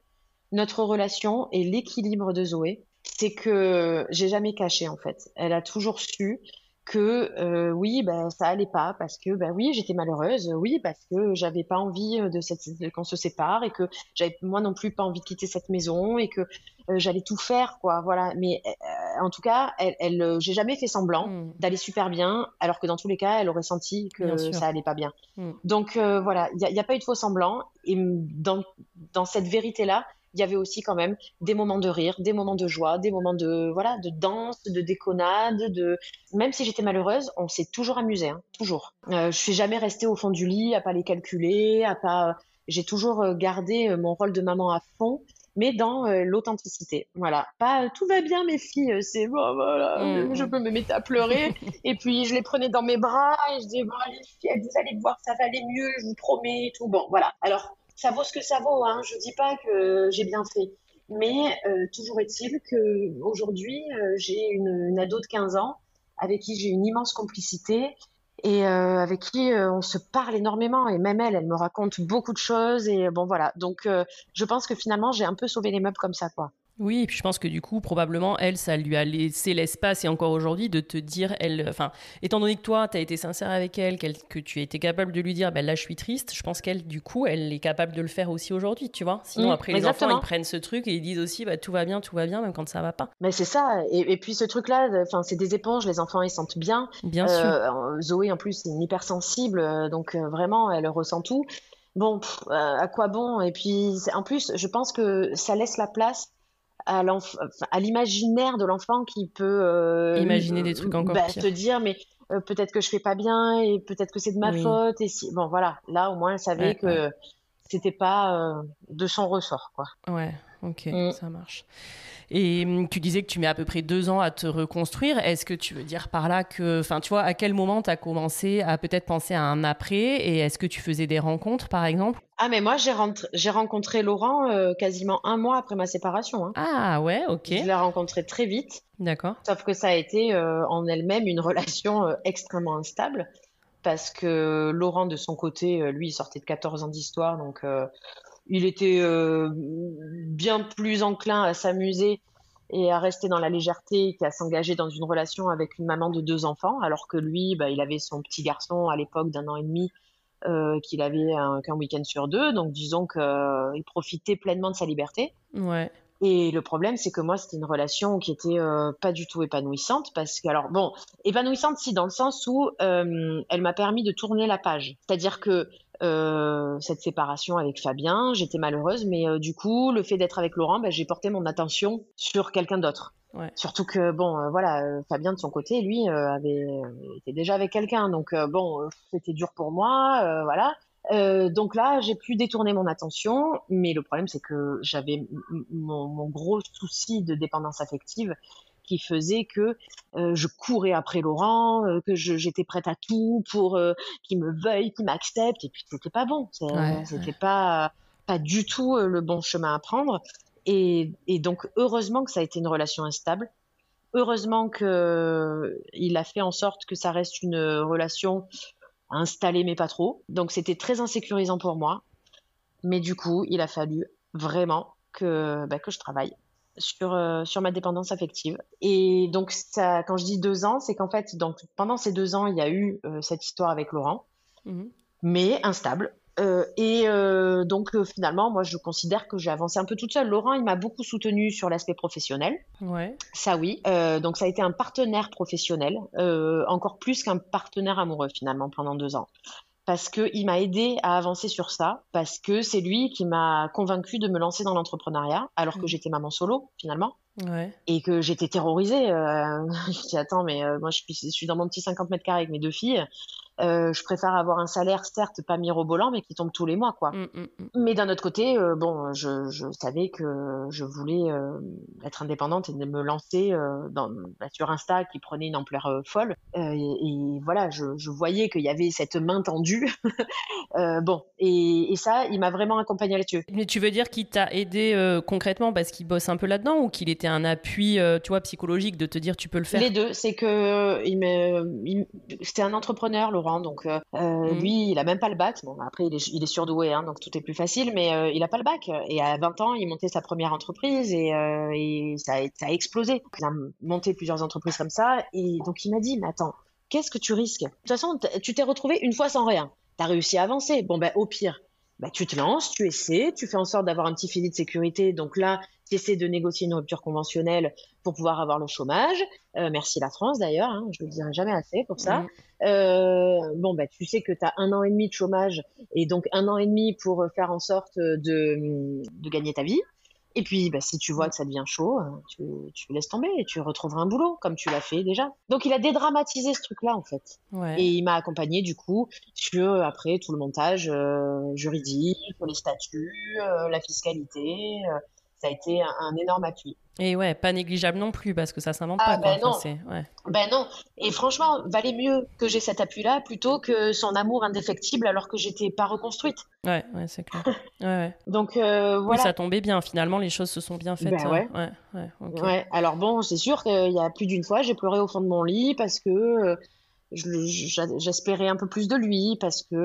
notre relation et l'équilibre de Zoé, c'est que j'ai jamais caché en fait. Elle a toujours su que euh, oui, ben ça allait pas parce que ben oui, j'étais malheureuse, oui, parce que j'avais pas envie de cette de- qu'on se sépare et que j'avais moi non plus pas envie de quitter cette maison et que euh, j'allais tout faire quoi, voilà. Mais euh, en tout cas, elle, elle euh, j'ai jamais fait semblant
Mm.
d'aller super bien, alors que dans tous les cas, elle aurait senti
Bien
que
sûr.
ça allait pas bien.
Mm.
Donc euh, voilà, il y a, il y a pas eu de faux semblant et dans dans cette vérité-là, il y avait aussi quand même des moments de rire, des moments de joie, des moments de voilà, de danse, de déconnade, de même si j'étais malheureuse, on s'est toujours amusé, hein, toujours. Euh, je suis jamais restée au fond du lit à pas les calculer, à pas. J'ai toujours euh, gardé euh, mon rôle de maman à fond, mais dans euh, l'authenticité. Voilà, pas euh, tout va bien mes filles, euh, c'est bon, voilà,
Mm,
je
mm.
peux me mettre à pleurer. Et puis je les prenais dans mes bras et je disais bon les filles, vous allez voir, ça va aller mieux, je vous promets, et tout bon, voilà. Alors ça vaut ce que ça vaut, hein. Je dis pas que j'ai bien fait. Mais euh, toujours est-il que aujourd'hui, euh, j'ai une, une ado de quinze ans avec qui j'ai une immense complicité et euh, avec qui euh, on se parle énormément. Et même elle, elle me raconte beaucoup de choses. Et bon, voilà. Donc, euh, je pense que finalement, j'ai un peu sauvé les meubles comme ça, quoi.
Oui, et puis je pense que du coup, probablement, elle, ça lui a laissé l'espace, et encore aujourd'hui, de te dire, elle, enfin, étant donné que toi, tu as été sincère avec elle, qu'elle, que tu as été capable de lui dire, ben là, je suis triste, je pense qu'elle, du coup, elle est capable de le faire aussi aujourd'hui, tu vois. Sinon,
Mm,
après, les enfants, ils
exactement.
prennent ce truc et ils disent aussi, bah, tout va bien, tout va bien, même quand ça va pas.
Mais c'est ça. Et, et puis ce truc-là, enfin, c'est des éponges. Les enfants, ils sentent bien.
Bien sûr.
Euh, Zoé, en plus, c'est une hypersensible, euh, donc euh, vraiment, elle ressent tout. Bon, pff, euh, à quoi bon? Et puis, c'est- en plus, je pense que ça laisse la place à l'enf- enfin, à l'imaginaire de l'enfant qui peut euh,
Imaginer des
euh,
trucs encore
bah, se
pires.
dire, mais euh, peut-être que je fais pas bien et peut-être que c'est de ma
Oui.
faute. Et si, bon, voilà. Là, au moins, elle savait
Ouais, ouais.
que c'était pas euh, de son ressort, quoi.
Ouais, ok,
Mm.
ça marche. Et hum, tu disais que tu mets à peu près deux ans à te reconstruire. Est-ce que tu veux dire par là que, enfin, tu vois, à quel moment tu as commencé à peut-être penser à un après? Et est-ce que tu faisais des rencontres, par exemple?
Ah, mais moi, j'ai rentré- j'ai rencontré Laurent euh, quasiment un mois après ma séparation, hein.
Ah ouais, ok,
Je l'ai rencontré très vite,
d'accord.
sauf que ça a été euh, en elle-même une relation euh, extrêmement instable parce que Laurent, de son côté, euh, lui, il sortait de quatorze ans d'histoire, donc euh, il était euh, bien plus enclin à s'amuser et à rester dans la légèreté qu'à s'engager dans une relation avec une maman de deux enfants, alors que lui, bah, il avait son petit garçon à l'époque d'un an et demi euh, qu'il avait un- qu'un week-end sur deux, donc disons qu'il profitait pleinement de sa liberté.
Ouais.
Et le problème, c'est que moi, c'était une relation qui était euh, pas du tout épanouissante parce que, alors bon, épanouissante si dans le sens où euh, elle m'a permis de tourner la page. C'est-à-dire que euh, cette séparation avec Fabien, j'étais malheureuse, mais euh, du coup, le fait d'être avec Laurent, ben, j'ai porté mon attention sur quelqu'un d'autre.
Ouais.
Surtout que bon, euh, voilà, euh, Fabien de son côté, lui, euh, avait euh, était déjà avec quelqu'un, donc euh, bon, euh, c'était dur pour moi, euh, voilà. Euh, donc là, j'ai pu détourner mon attention, mais le problème, c'est que j'avais m- m- mon, mon gros souci de dépendance affective qui faisait que euh, je courais après Laurent, euh, que je- j'étais prête à tout pour euh, qu'il me veuille, qu'il m'accepte, et puis c'était pas bon, C'est-
Ouais, ouais.
c'était pas pas du tout euh, le bon chemin à prendre. Et, et donc heureusement que ça a été une relation instable. Heureusement que euh, il a fait en sorte que ça reste une relation installée mais pas trop. Donc c'était très insécurisant pour moi. Mais du coup, il a fallu vraiment que, bah, que je travaille sur, euh, sur ma dépendance affective. Et donc, ça, quand je dis deux ans, c'est qu'en fait, donc, pendant ces deux ans, il y a eu euh, cette histoire avec Laurent,
Mhm.
mais instable. Euh, et euh, donc, euh, finalement, moi, je considère que j'ai avancé un peu toute seule. Laurent, il m'a beaucoup soutenue sur l'aspect professionnel.
Ouais.
Ça, oui. Euh, donc, ça a été un partenaire professionnel, euh, encore plus qu'un partenaire amoureux, finalement, pendant deux ans parce qu'il m'a aidé à avancer sur ça, parce que c'est lui qui m'a convaincu de me lancer dans l'entrepreneuriat, alors que
Mhm.
j'étais maman solo, finalement,
Ouais.
et que j'étais terrorisée. Euh, je dis, attends, mais euh, moi, je suis, je suis dans mon petit cinquante mètres carrés avec mes deux filles. Euh, je préfère avoir un salaire, certes, pas mirobolant, mais qui tombe tous les mois, quoi.
Mm, mm, mm.
Mais d'un autre côté, euh, bon, je, je savais que je voulais euh, être indépendante et de me lancer euh, dans, bah, sur Insta qui prenait une ampleur euh, folle. Euh, et, et voilà, je, je voyais qu'il y avait cette main tendue. Euh, bon, et, et ça, il m'a vraiment accompagnée là-dessus.
Mais tu veux dire qu'il t'a aidé euh, concrètement parce qu'il bosse un peu là-dedans ou qu'il était un appui, euh, tu vois, psychologique de te dire tu peux le
Les
faire?
deux, c'est que il me, il- c'était un entrepreneur, Laurent. Saint-Laurent. Donc, euh, euh,
Mmh.
lui, il a même pas le bac. Bon, après, il est, il est surdoué, hein, donc tout est plus facile, mais euh, il a pas le bac. Et à vingt ans, il montait sa première entreprise et, euh, et ça, a, ça a explosé. Il a monté plusieurs entreprises comme ça. Et donc, il m'a dit, mais attends, qu'est-ce que tu risques? De toute façon, t- tu t'es retrouvé une fois sans rien. Tu as réussi à avancer. Bon, ben, au pire, ben, tu te lances, tu essaies, tu fais en sorte d'avoir un petit filet de sécurité. Donc là, tu essaies de négocier une rupture conventionnelle pour pouvoir avoir le chômage. Euh, merci la France d'ailleurs, hein, je ne le dirai jamais assez pour ça.
Mmh.
Euh, bon, bah, tu sais que tu as un an et demi de chômage et donc un an et demi pour faire en sorte de, de gagner ta vie. Et puis, bah, si tu vois que ça devient chaud, euh, tu, tu laisses tomber et tu retrouveras un boulot comme tu l'as fait déjà. Donc, il a dédramatisé ce truc-là en fait. Et
Ouais.
il m'a accompagné du coup sur après tout le montage euh, juridique, les statuts, euh, la fiscalité. euh, ça a été un, un énorme appui.
Et ouais, pas négligeable non plus, parce que ça s'invente pas,
Ah
quoi.
ben
Enfin,
non,
c'est... Ouais.
ben non. Et franchement, valait mieux que j'ai cet appui-là plutôt que son amour indéfectible alors que j'étais pas reconstruite.
Ouais, ouais, c'est clair. Ouais, ouais.
Donc euh,
Oui,
voilà.
ça tombait bien. Finalement, les choses se sont bien faites.
Ben
euh,
ouais.
Ouais, ouais, ok.
Ouais. Alors bon, c'est sûr qu'il y a plus d'une fois, j'ai pleuré au fond de mon lit parce que euh, je- j'a- j'espérais un peu plus de lui, parce que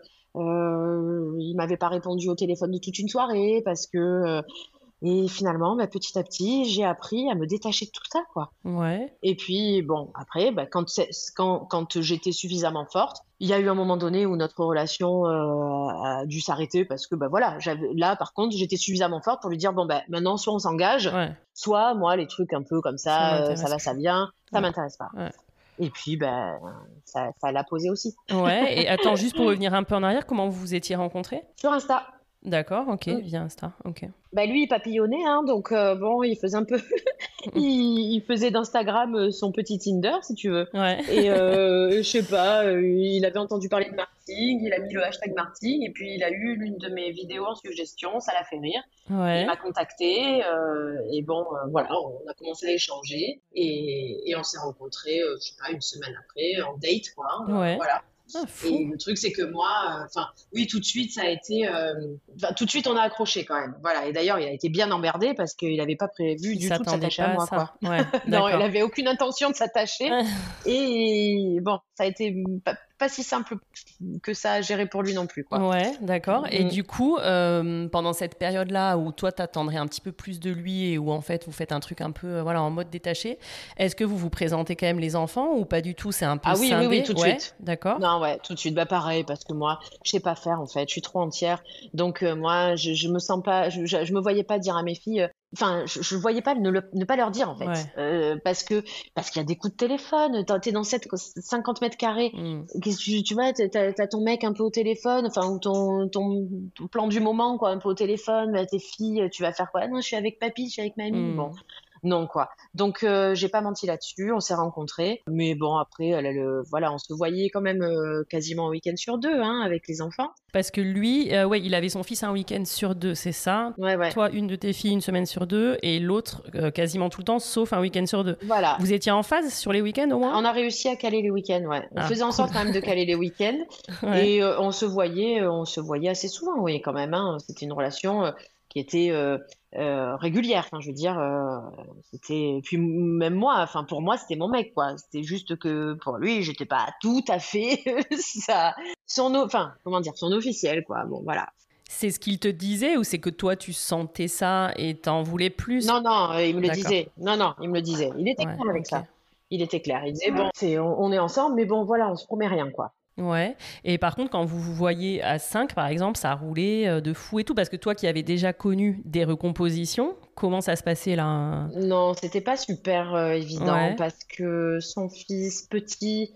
euh, il m'avait pas répondu au téléphone de toute une soirée, parce que euh, et finalement, bah, petit à petit, j'ai appris à me détacher de tout ça, quoi.
Ouais.
Et puis, bon, après, bah, quand, c'est- quand, quand j'étais suffisamment forte, il y a eu un moment donné où notre relation euh, a dû s'arrêter parce que, bah, voilà, j'avais, là, par contre, j'étais suffisamment forte pour lui dire, bon, bah, maintenant, soit on s'engage,
Ouais.
soit moi, les trucs un peu comme
Ça
ça, euh, ça
m'intéresse
va, ça
plus.
vient, ça
Ouais.
m'intéresse pas.
Ouais.
Et puis, bah, ça, ça l'a posé aussi.
Ouais. Et attends, juste pour revenir un peu en arrière, comment vous vous étiez rencontrés?
Sur Insta.
D'accord, ok, via Insta. Ok.
Bah lui, il papillonnait, hein, donc euh, bon, il faisait un peu, il, il faisait d'Instagram euh, son petit Tinder, si tu veux.
Ouais.
Et euh, je sais pas, euh, il avait entendu parler de marketing, il a mis le hashtag marketing, et puis il a eu l'une de mes vidéos en suggestion, ça l'a fait rire. Il
Ouais.
m'a contacté, euh, et bon, euh, voilà, on a commencé à échanger, et, et on s'est rencontrés, euh, je sais pas, une semaine après, en date, quoi, hein, euh,
Ouais.
voilà.
Ah, fou.
Et le truc, c'est que moi, euh, enfin, oui, tout de suite, ça a été, euh, enfin, tout de suite, on a accroché quand même. Voilà. Et d'ailleurs, il a été bien emmerdé parce qu'il n'avait pas prévu
Il
du tout de
s'attendait
s'attacher à
pas à
moi,
ça.
quoi.
Ouais,
Non, il
d'accord.
avait aucune intention de s'attacher. Et bon, ça a été pas, pas si simple que ça à gérer pour lui non plus, quoi.
Ouais, d'accord. Et
Mm.
du coup, euh, pendant cette période-là où toi, t'attendrais un petit peu plus de lui et où en fait vous faites un truc un peu euh, voilà, en mode détaché, est-ce que vous vous présentez quand même les enfants ou pas du tout? C'est un peu
Ah oui, oui, oui,
scindé?
tout de
Ouais,
suite.
d'accord.
Non, ouais, tout de suite. Bah pareil, parce que moi, je sais pas faire en fait. Je suis trop entière. Donc euh, moi, je, je me sens pas, je, je, je me voyais pas dire à mes filles. euh, Enfin, je, je voyais pas ne, le- ne pas leur dire en fait,
Ouais.
Euh, parce que parce qu'il y a des coups de téléphone. T'es t'es dans cette cinquante mètres carrés.
Hmm.
Qu'est-ce que tu, tu vois, t'as, t'as t'as ton mec un peu au téléphone, enfin ou ton, ton ton plan du moment quoi, un peu au téléphone. Bah, tes filles, tu vas faire quoi? Ah non, je suis avec papy, je suis avec mamie. Bon,
Hmm.
non quoi. Donc euh, j'ai pas menti là-dessus, on s'est rencontrés, mais bon après elle, elle, euh, voilà, on se voyait quand même euh, quasiment un week-end sur deux hein, avec les enfants.
Parce que lui, euh, ouais, il avait son fils un week-end sur deux, c'est ça?
Ouais ouais.
Toi, une de tes filles une semaine sur deux et l'autre euh, quasiment tout le temps, sauf un week-end sur deux.
Voilà.
Vous étiez en phase sur les week-ends au moins?
On a réussi à caler les week-ends, ouais. On
Ah,
faisait en
cool.
sorte quand même de caler les week-ends
Ouais.
et euh, on se voyait, euh, on se voyait assez souvent, oui quand même. Hein. C'était une relation euh, qui était euh, euh, régulière. Enfin, je veux dire, euh, c'était. Puis m- même moi, enfin pour moi, c'était mon mec, quoi. C'était juste que pour lui, j'étais pas tout à fait ça, son, o- enfin comment dire, son officiel, quoi. Bon, voilà.
C'est ce qu'il te disait ou c'est que toi tu sentais ça et t'en voulais plus?
Non, non, euh, il me le
D'accord.
disait. Non, non, il me le disait. Il était
Ouais,
clair avec
ok.
ça. Il était clair. Il disait bon, c'est, on, on est ensemble, mais bon, voilà, on se promet rien, quoi.
Ouais. Et par contre, quand vous vous voyez à cinq, par exemple, ça roulait euh, de fou et tout, parce que toi qui avais déjà connu des recompositions, comment ça se passait là?
Non, c'était pas super euh, évident
Ouais.
parce que son fils petit,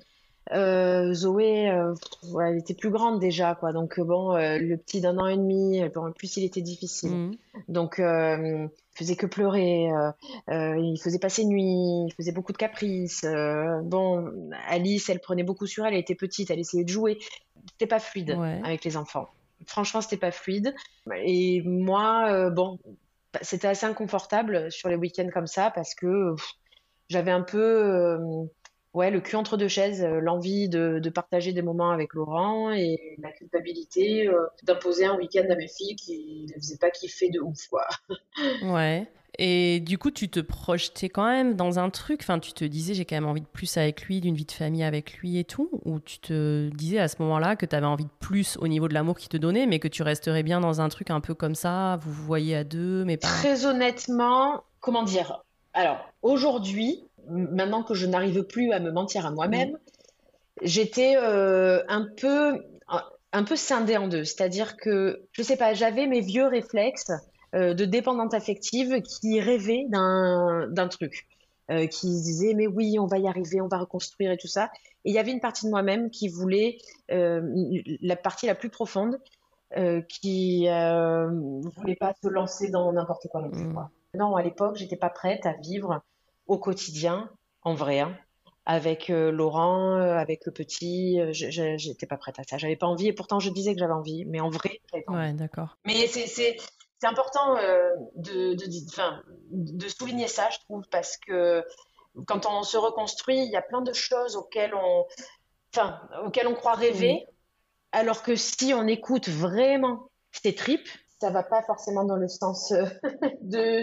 euh, Zoé, euh, pff, ouais, elle était plus grande déjà, quoi. Donc euh, bon, euh, le petit d'un an et demi, euh, bon, en plus il était difficile.
Mhm.
Donc euh, il faisait que pleurer, euh, euh, il faisait passer nuit, il faisait beaucoup de caprices. euh, bon, Alice, elle prenait beaucoup sur elle, elle était petite, elle essayait de jouer. C'était pas fluide
Ouais.
avec les enfants. Franchement, c'était pas fluide. Et moi, euh, bon, bah, c'était assez inconfortable sur les week-ends comme ça parce que pff, j'avais un peu, euh, ouais, le cul entre deux chaises, euh, l'envie de, de partager des moments avec Laurent et la culpabilité euh, d'imposer un week-end à mes filles qui ne faisaient pas kiffer de ouf, quoi.
Ouais. Et du coup, tu te projetais quand même dans un truc, enfin, tu te disais, j'ai quand même envie de plus avec lui, d'une vie de famille avec lui et tout, ou tu te disais à ce moment-là que tu avais envie de plus au niveau de l'amour qu'il te donnait, mais que tu resterais bien dans un truc un peu comme ça, vous vous voyez à deux, mais pas...
Très honnêtement, comment dire? Alors, aujourd'hui, m- maintenant que je n'arrive plus à me mentir à
Mm.
moi-même, j'étais euh, un peu, un peu scindée en deux. C'est-à-dire que, je sais pas, j'avais mes vieux réflexes euh, de dépendante affective qui rêvaient d'un d'un truc, euh, qui se disaient, mais oui, on va y arriver, on va reconstruire et tout ça. Et il y avait une partie de moi-même qui voulait, euh, la partie la plus profonde, euh, qui euh, voulait pas se lancer dans n'importe quoi non plus,
Mm.
quoi. Non, à l'époque, j'étais pas prête à vivre au quotidien, en vrai, hein, avec euh, Laurent, euh, avec le petit. euh, je- je- j'étais pas prête à ça. J'avais pas envie, et pourtant je disais que j'avais envie, mais en vrai, j'avais pas envie.
Ouais, d'accord.
Mais c'est c'est c'est important euh, de de, di- enfin, de souligner ça, je trouve, parce que quand on se reconstruit, il y a plein de choses auxquelles on, enfin, auxquelles on croit
Mm.
rêver, alors que si on écoute vraiment ses tripes, ça va pas forcément dans le sens euh, de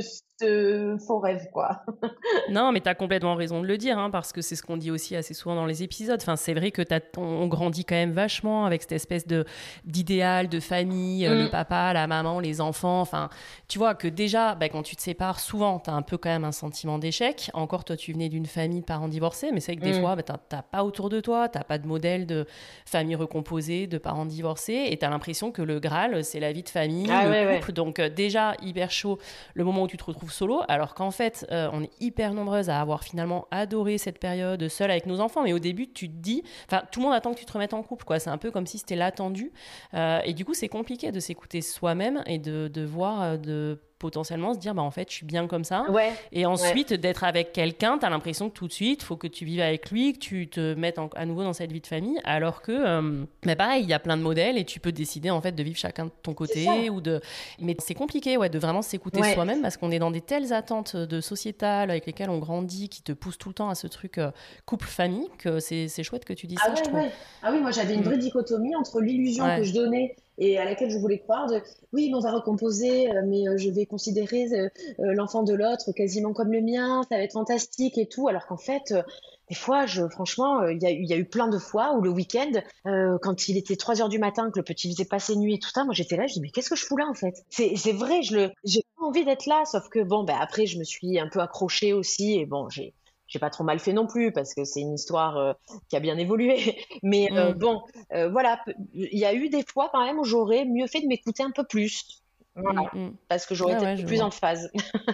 ce faux rêve, quoi.
Non, mais tu as complètement raison de le dire, hein, parce que c'est ce qu'on dit aussi assez souvent dans les épisodes. Enfin, c'est vrai que t'as, on, on grandit quand même vachement avec cette espèce de d'idéal de famille, euh, le
Mm,
papa, la maman, les enfants. Enfin, tu vois que déjà, bah, quand tu te sépares, souvent, tu as un peu quand même un sentiment d'échec. Encore, toi, tu venais d'une famille de parents divorcés, mais c'est vrai que des
mm.
fois, bah, t'as, t'as pas autour de toi, t'as pas de modèle de famille recomposée, de parents divorcés, et tu as l'impression que le Graal, c'est la vie de famille,
Ah
le
ouais, ouais.
couple. Donc, euh, déjà, hyper chaud le moment où tu te retrouves solo, alors qu'en fait, euh, on est hyper nombreuses à avoir finalement adoré cette période seule avec nos enfants, mais au début, tu te dis, enfin, tout le monde attend que tu te remettes en couple, quoi. C'est un peu comme si c'était l'attendu. Euh, et du coup, c'est compliqué de s'écouter soi-même et de, de voir, euh, de potentiellement se dire, bah en fait, je suis bien comme ça.
Ouais,
Et
ouais.
ensuite, d'être avec quelqu'un, tu as l'impression que tout de suite, il faut que tu vives avec lui, que tu te mettes en- à nouveau dans cette vie de famille, alors que, euh, mais pareil, il y a plein de modèles et tu peux décider en fait de vivre chacun de ton
C'est
côté
ça.
ou de mais c'est compliqué, ouais, de vraiment s'écouter
Ouais.
soi-même parce qu'on est dans des telles attentes de sociétales avec lesquelles on grandit qui te poussent tout le temps à ce truc euh, couple-famille que c'est, c'est chouette que tu dises
Ah
ça, je
ouais,
trouve.
ouais. Ah oui, moi j'avais une
Mm.
vraie dichotomie entre l'illusion que
Ouais.
je donnais et à laquelle je voulais croire de oui, mais on va recomposer, euh, mais euh, je vais considérer euh, euh, l'enfant de l'autre quasiment comme le mien, ça va être fantastique et tout, alors qu'en fait, euh, des fois, je, franchement, euh, il y a, eu- il y a eu plein de fois où le week-end, euh, quand il était trois heures du matin, que le petit faisait pas ses nuits et tout ça, moi j'étais là, je dis mais qu'est-ce que je fous là en fait? C'est, c'est vrai, je le, j'ai pas envie d'être là, sauf que bon, ben après je me suis un peu accrochée aussi et bon, j'ai, j'ai pas trop mal fait non plus parce que c'est une histoire euh, qui a bien évolué. Mais euh,
Mm.
bon, euh, voilà, pe- il y a eu des fois quand même où j'aurais mieux fait de m'écouter un peu plus. Voilà,
Mm, mm.
parce que j'aurais
Ouais,
été un
ouais,
peu
je
plus
vois.
en phase.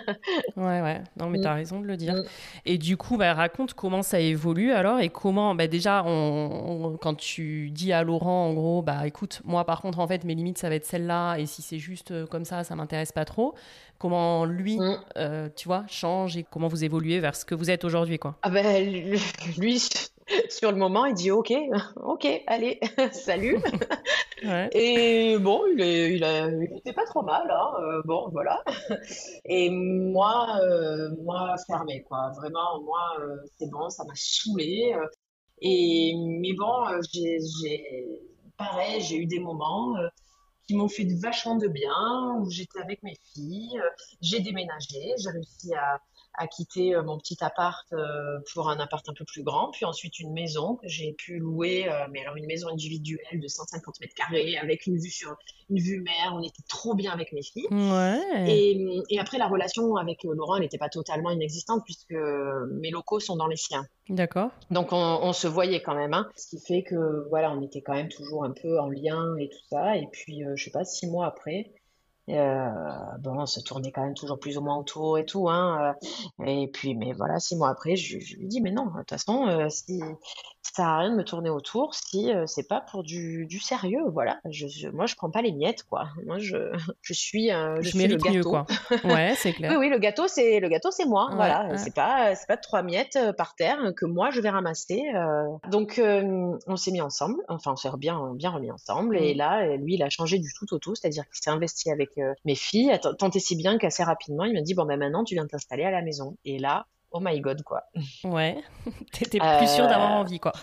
Ouais, ouais. Non, mais
Mm,
t'as raison de le dire.
mm.
Et du coup, bah, raconte comment ça évolue alors et comment, bah, déjà, on, on- quand tu dis à Laurent, en gros, bah, écoute, moi, par contre, en fait, mes limites, ça va être celle-là et si c'est juste euh, comme ça, ça m'intéresse pas trop. Comment lui,
Mm.
euh, tu vois, change et comment vous évoluez vers ce que vous êtes aujourd'hui, quoi.
Ah ben lui, lui, sur le moment, il dit OK, OK, allez, salut.
Ouais.
Et bon, il est, il a, il était pas trop mal, hein, euh, bon, voilà. Et moi, euh, moi fermé quoi. Vraiment, moi, euh, c'est bon, ça m'a saoulé. Et mais bon, euh, j'ai, j'ai, pareil, j'ai eu des moments euh, qui m'ont fait vachement de bien, où j'étais avec mes filles, euh, j'ai déménagé, j'ai réussi à, à quitter euh, mon petit appart euh, pour un appart un peu plus grand, puis ensuite une maison que j'ai pu louer, euh, mais alors une maison individuelle de cent cinquante mètres carrés avec une vue sur une vue mer, on était trop bien avec mes filles.
Ouais.
Et, et après, la relation avec euh, Laurent, elle n'était pas totalement inexistante puisque mes locaux sont dans les siens.
D'accord.
Donc on, on se voyait quand même, hein. Ce qui fait que voilà, on était quand même toujours un peu en lien et tout ça. Et puis, euh, je sais pas, six mois après, euh, bon, on se tournait quand même toujours plus ou moins autour et tout, hein. euh, Et puis, mais voilà, six mois après, je, je lui dis, mais non, de toute façon, euh, si ça sert à rien de me tourner autour si euh, c'est pas pour du, du sérieux, voilà. Je, je- moi, je prends pas les miettes, quoi. Moi, je, je suis, euh, je
Je
suis le
mérite mieux,
gâteau.
quoi. Ouais, c'est
Oui,
clair.
oui, le gâteau, c'est le gâteau, c'est moi.
Ouais,
Voilà,
ouais.
c'est pas, c'est pas trois miettes euh, par terre euh, que moi je vais ramasser. euh. Donc, euh, on s'est mis ensemble. Enfin, on s'est bien, bien remis ensemble. Et
Mm.
là, euh, lui, il a changé du tout au tout, c'est-à-dire qu'il s'est investi avec euh, mes filles. Att- Tant et si bien qu'assez rapidement, il m'a dit bon ben maintenant, tu viens t'installer à la maison. Et là, oh my God, quoi.
Ouais, t'étais plus sûre d'avoir
Euh,
envie, quoi.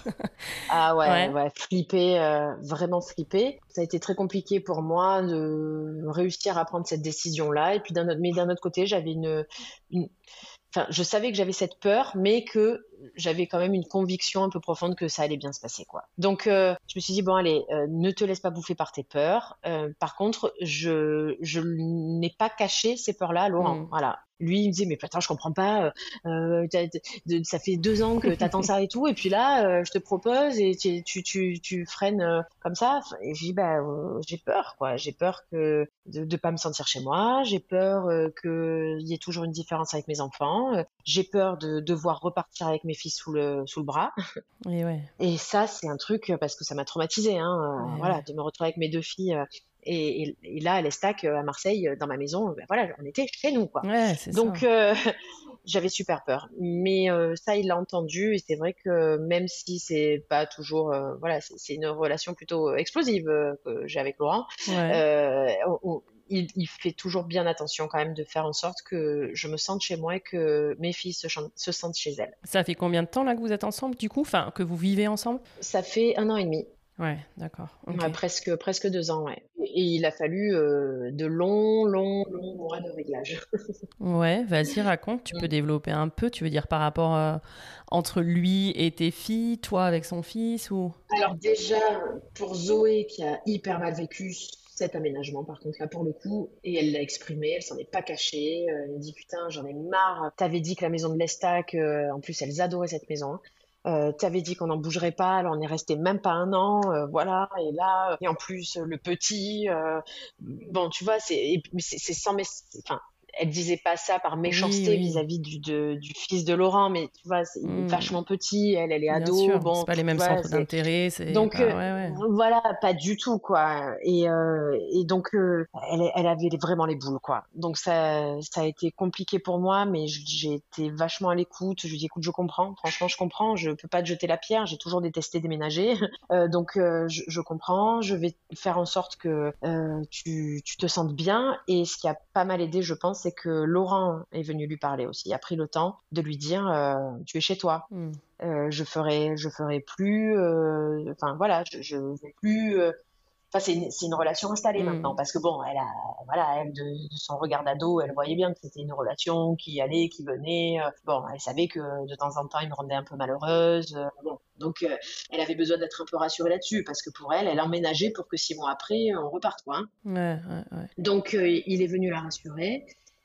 ah ouais,
Ouais.
ouais, flipper, euh, vraiment flipper. Ça a été très compliqué pour moi de réussir à prendre cette décision-là. Et puis d'un autre, mais d'un autre côté, j'avais une, une, enfin, je savais que j'avais cette peur, mais que j'avais quand même une conviction un peu profonde que ça allait bien se passer, quoi. Donc, euh, je me suis dit, bon, allez, euh, ne te laisse pas bouffer par tes peurs. Euh, par contre, je, je n'ai pas caché ces peurs-là à Laurent.
Mm.
Voilà. Lui, il me disait, mais attends, je comprends pas. Euh, euh, t'as- de- ça fait deux ans que t'attends ça et tout, et puis là, euh, je te propose et tu, tu, tu, tu freines euh, comme ça. Et je dis, bah, euh, j'ai peur, quoi. J'ai peur que de, de pas me sentir chez moi. J'ai peur euh, qu'il y ait toujours une différence avec mes enfants. Euh, J'ai peur de devoir repartir avec mes filles sous le, sous le bras.
Et ouais,
Et ça, c'est un truc, euh, parce que ça m'a traumatisée, hein, euh,
et
voilà,
ouais.
de me retrouver avec mes deux filles. euh, et, et- et là, à l'Estac, euh, à Marseille, euh, dans ma maison, ben voilà, on était chez nous, quoi.
Ouais, c'est
Donc,
ça.
euh, j'avais super peur. Mais euh, ça, il l'a entendu. Et c'est vrai que même si c'est pas toujours, euh, voilà, c'est c'est une relation plutôt explosive euh, que j'ai avec Laurent,
Ouais.
euh, on- on- il, il fait toujours bien attention quand même de faire en sorte que je me sente chez moi et que mes filles se, chan- se sentent chez elles.
Ça fait combien de temps là que vous êtes ensemble, du coup? Enfin, que vous vivez ensemble?
Ça fait un an et demi.
Ouais, d'accord. Ok.
Ouais, presque, presque deux ans, ouais. Et il a fallu euh, de longs, longs, longs mois de réglage.
Ouais, vas-y, raconte. Tu peux développer un peu. Tu veux dire par rapport euh, entre lui et tes filles, toi avec son fils ou...
Alors déjà, pour Zoé, qui a hyper mal vécu cet aménagement, par contre, là, pour le coup, et elle l'a exprimé, elle s'en est pas cachée. Euh, elle me dit, putain, j'en ai marre. T'avais dit que la maison de l'Estac, euh, en plus, elles adoraient cette maison, hein. Euh, t'avais dit qu'on n'en bougerait pas, alors on est resté même pas un an, euh, voilà, et là, euh, et en plus, euh, le petit, euh, bon, tu vois, c'est et- mais c'est c'est sans, mes- c'est- enfin, elle disait pas ça par
Oui,
méchanceté
oui.
vis-à-vis du, de- du fils de Laurent, mais tu vois, c'est, il est
Hmm,
vachement petit, elle, elle est
bien
ado,
sûr, c'est
bon,
pas les
tu
mêmes
vois,
centres
c'est,
d'intérêt, c'est...
donc euh,
Enfin, ouais, ouais.
voilà, pas du tout quoi. Et, euh, et donc euh, elle, elle avait vraiment les boules quoi. Donc ça, ça a été compliqué pour moi, mais j- j'ai été vachement à l'écoute. Je lui dis écoute, je comprends. Franchement, je comprends. Je peux pas te jeter la pierre. J'ai toujours détesté déménager, Euh, donc euh, je, je comprends. Je vais faire en sorte que euh, tu, tu te sentes bien. Et ce qui a pas mal aidé, je pense, c'est que Laurent est venu lui parler aussi. Il a pris le temps de lui dire euh, tu es chez toi.
Hmm.
Euh, je ferai je ferai plus euh, enfin voilà je, je vais plus euh, enfin c'est une, c'est une relation installée maintenant
Hmm.
parce que bon elle a voilà elle de, de son regard d'ado elle voyait bien que c'était une relation qui allait qui venait euh, bon elle savait que de temps en temps il me rendait un peu malheureuse euh, bon donc euh, elle avait besoin d'être un peu rassurée là-dessus parce que pour elle elle emménageait pour que six mois après on reparte quoi, hein.
Ouais, ouais, ouais.
Donc euh, il est venu la rassurer.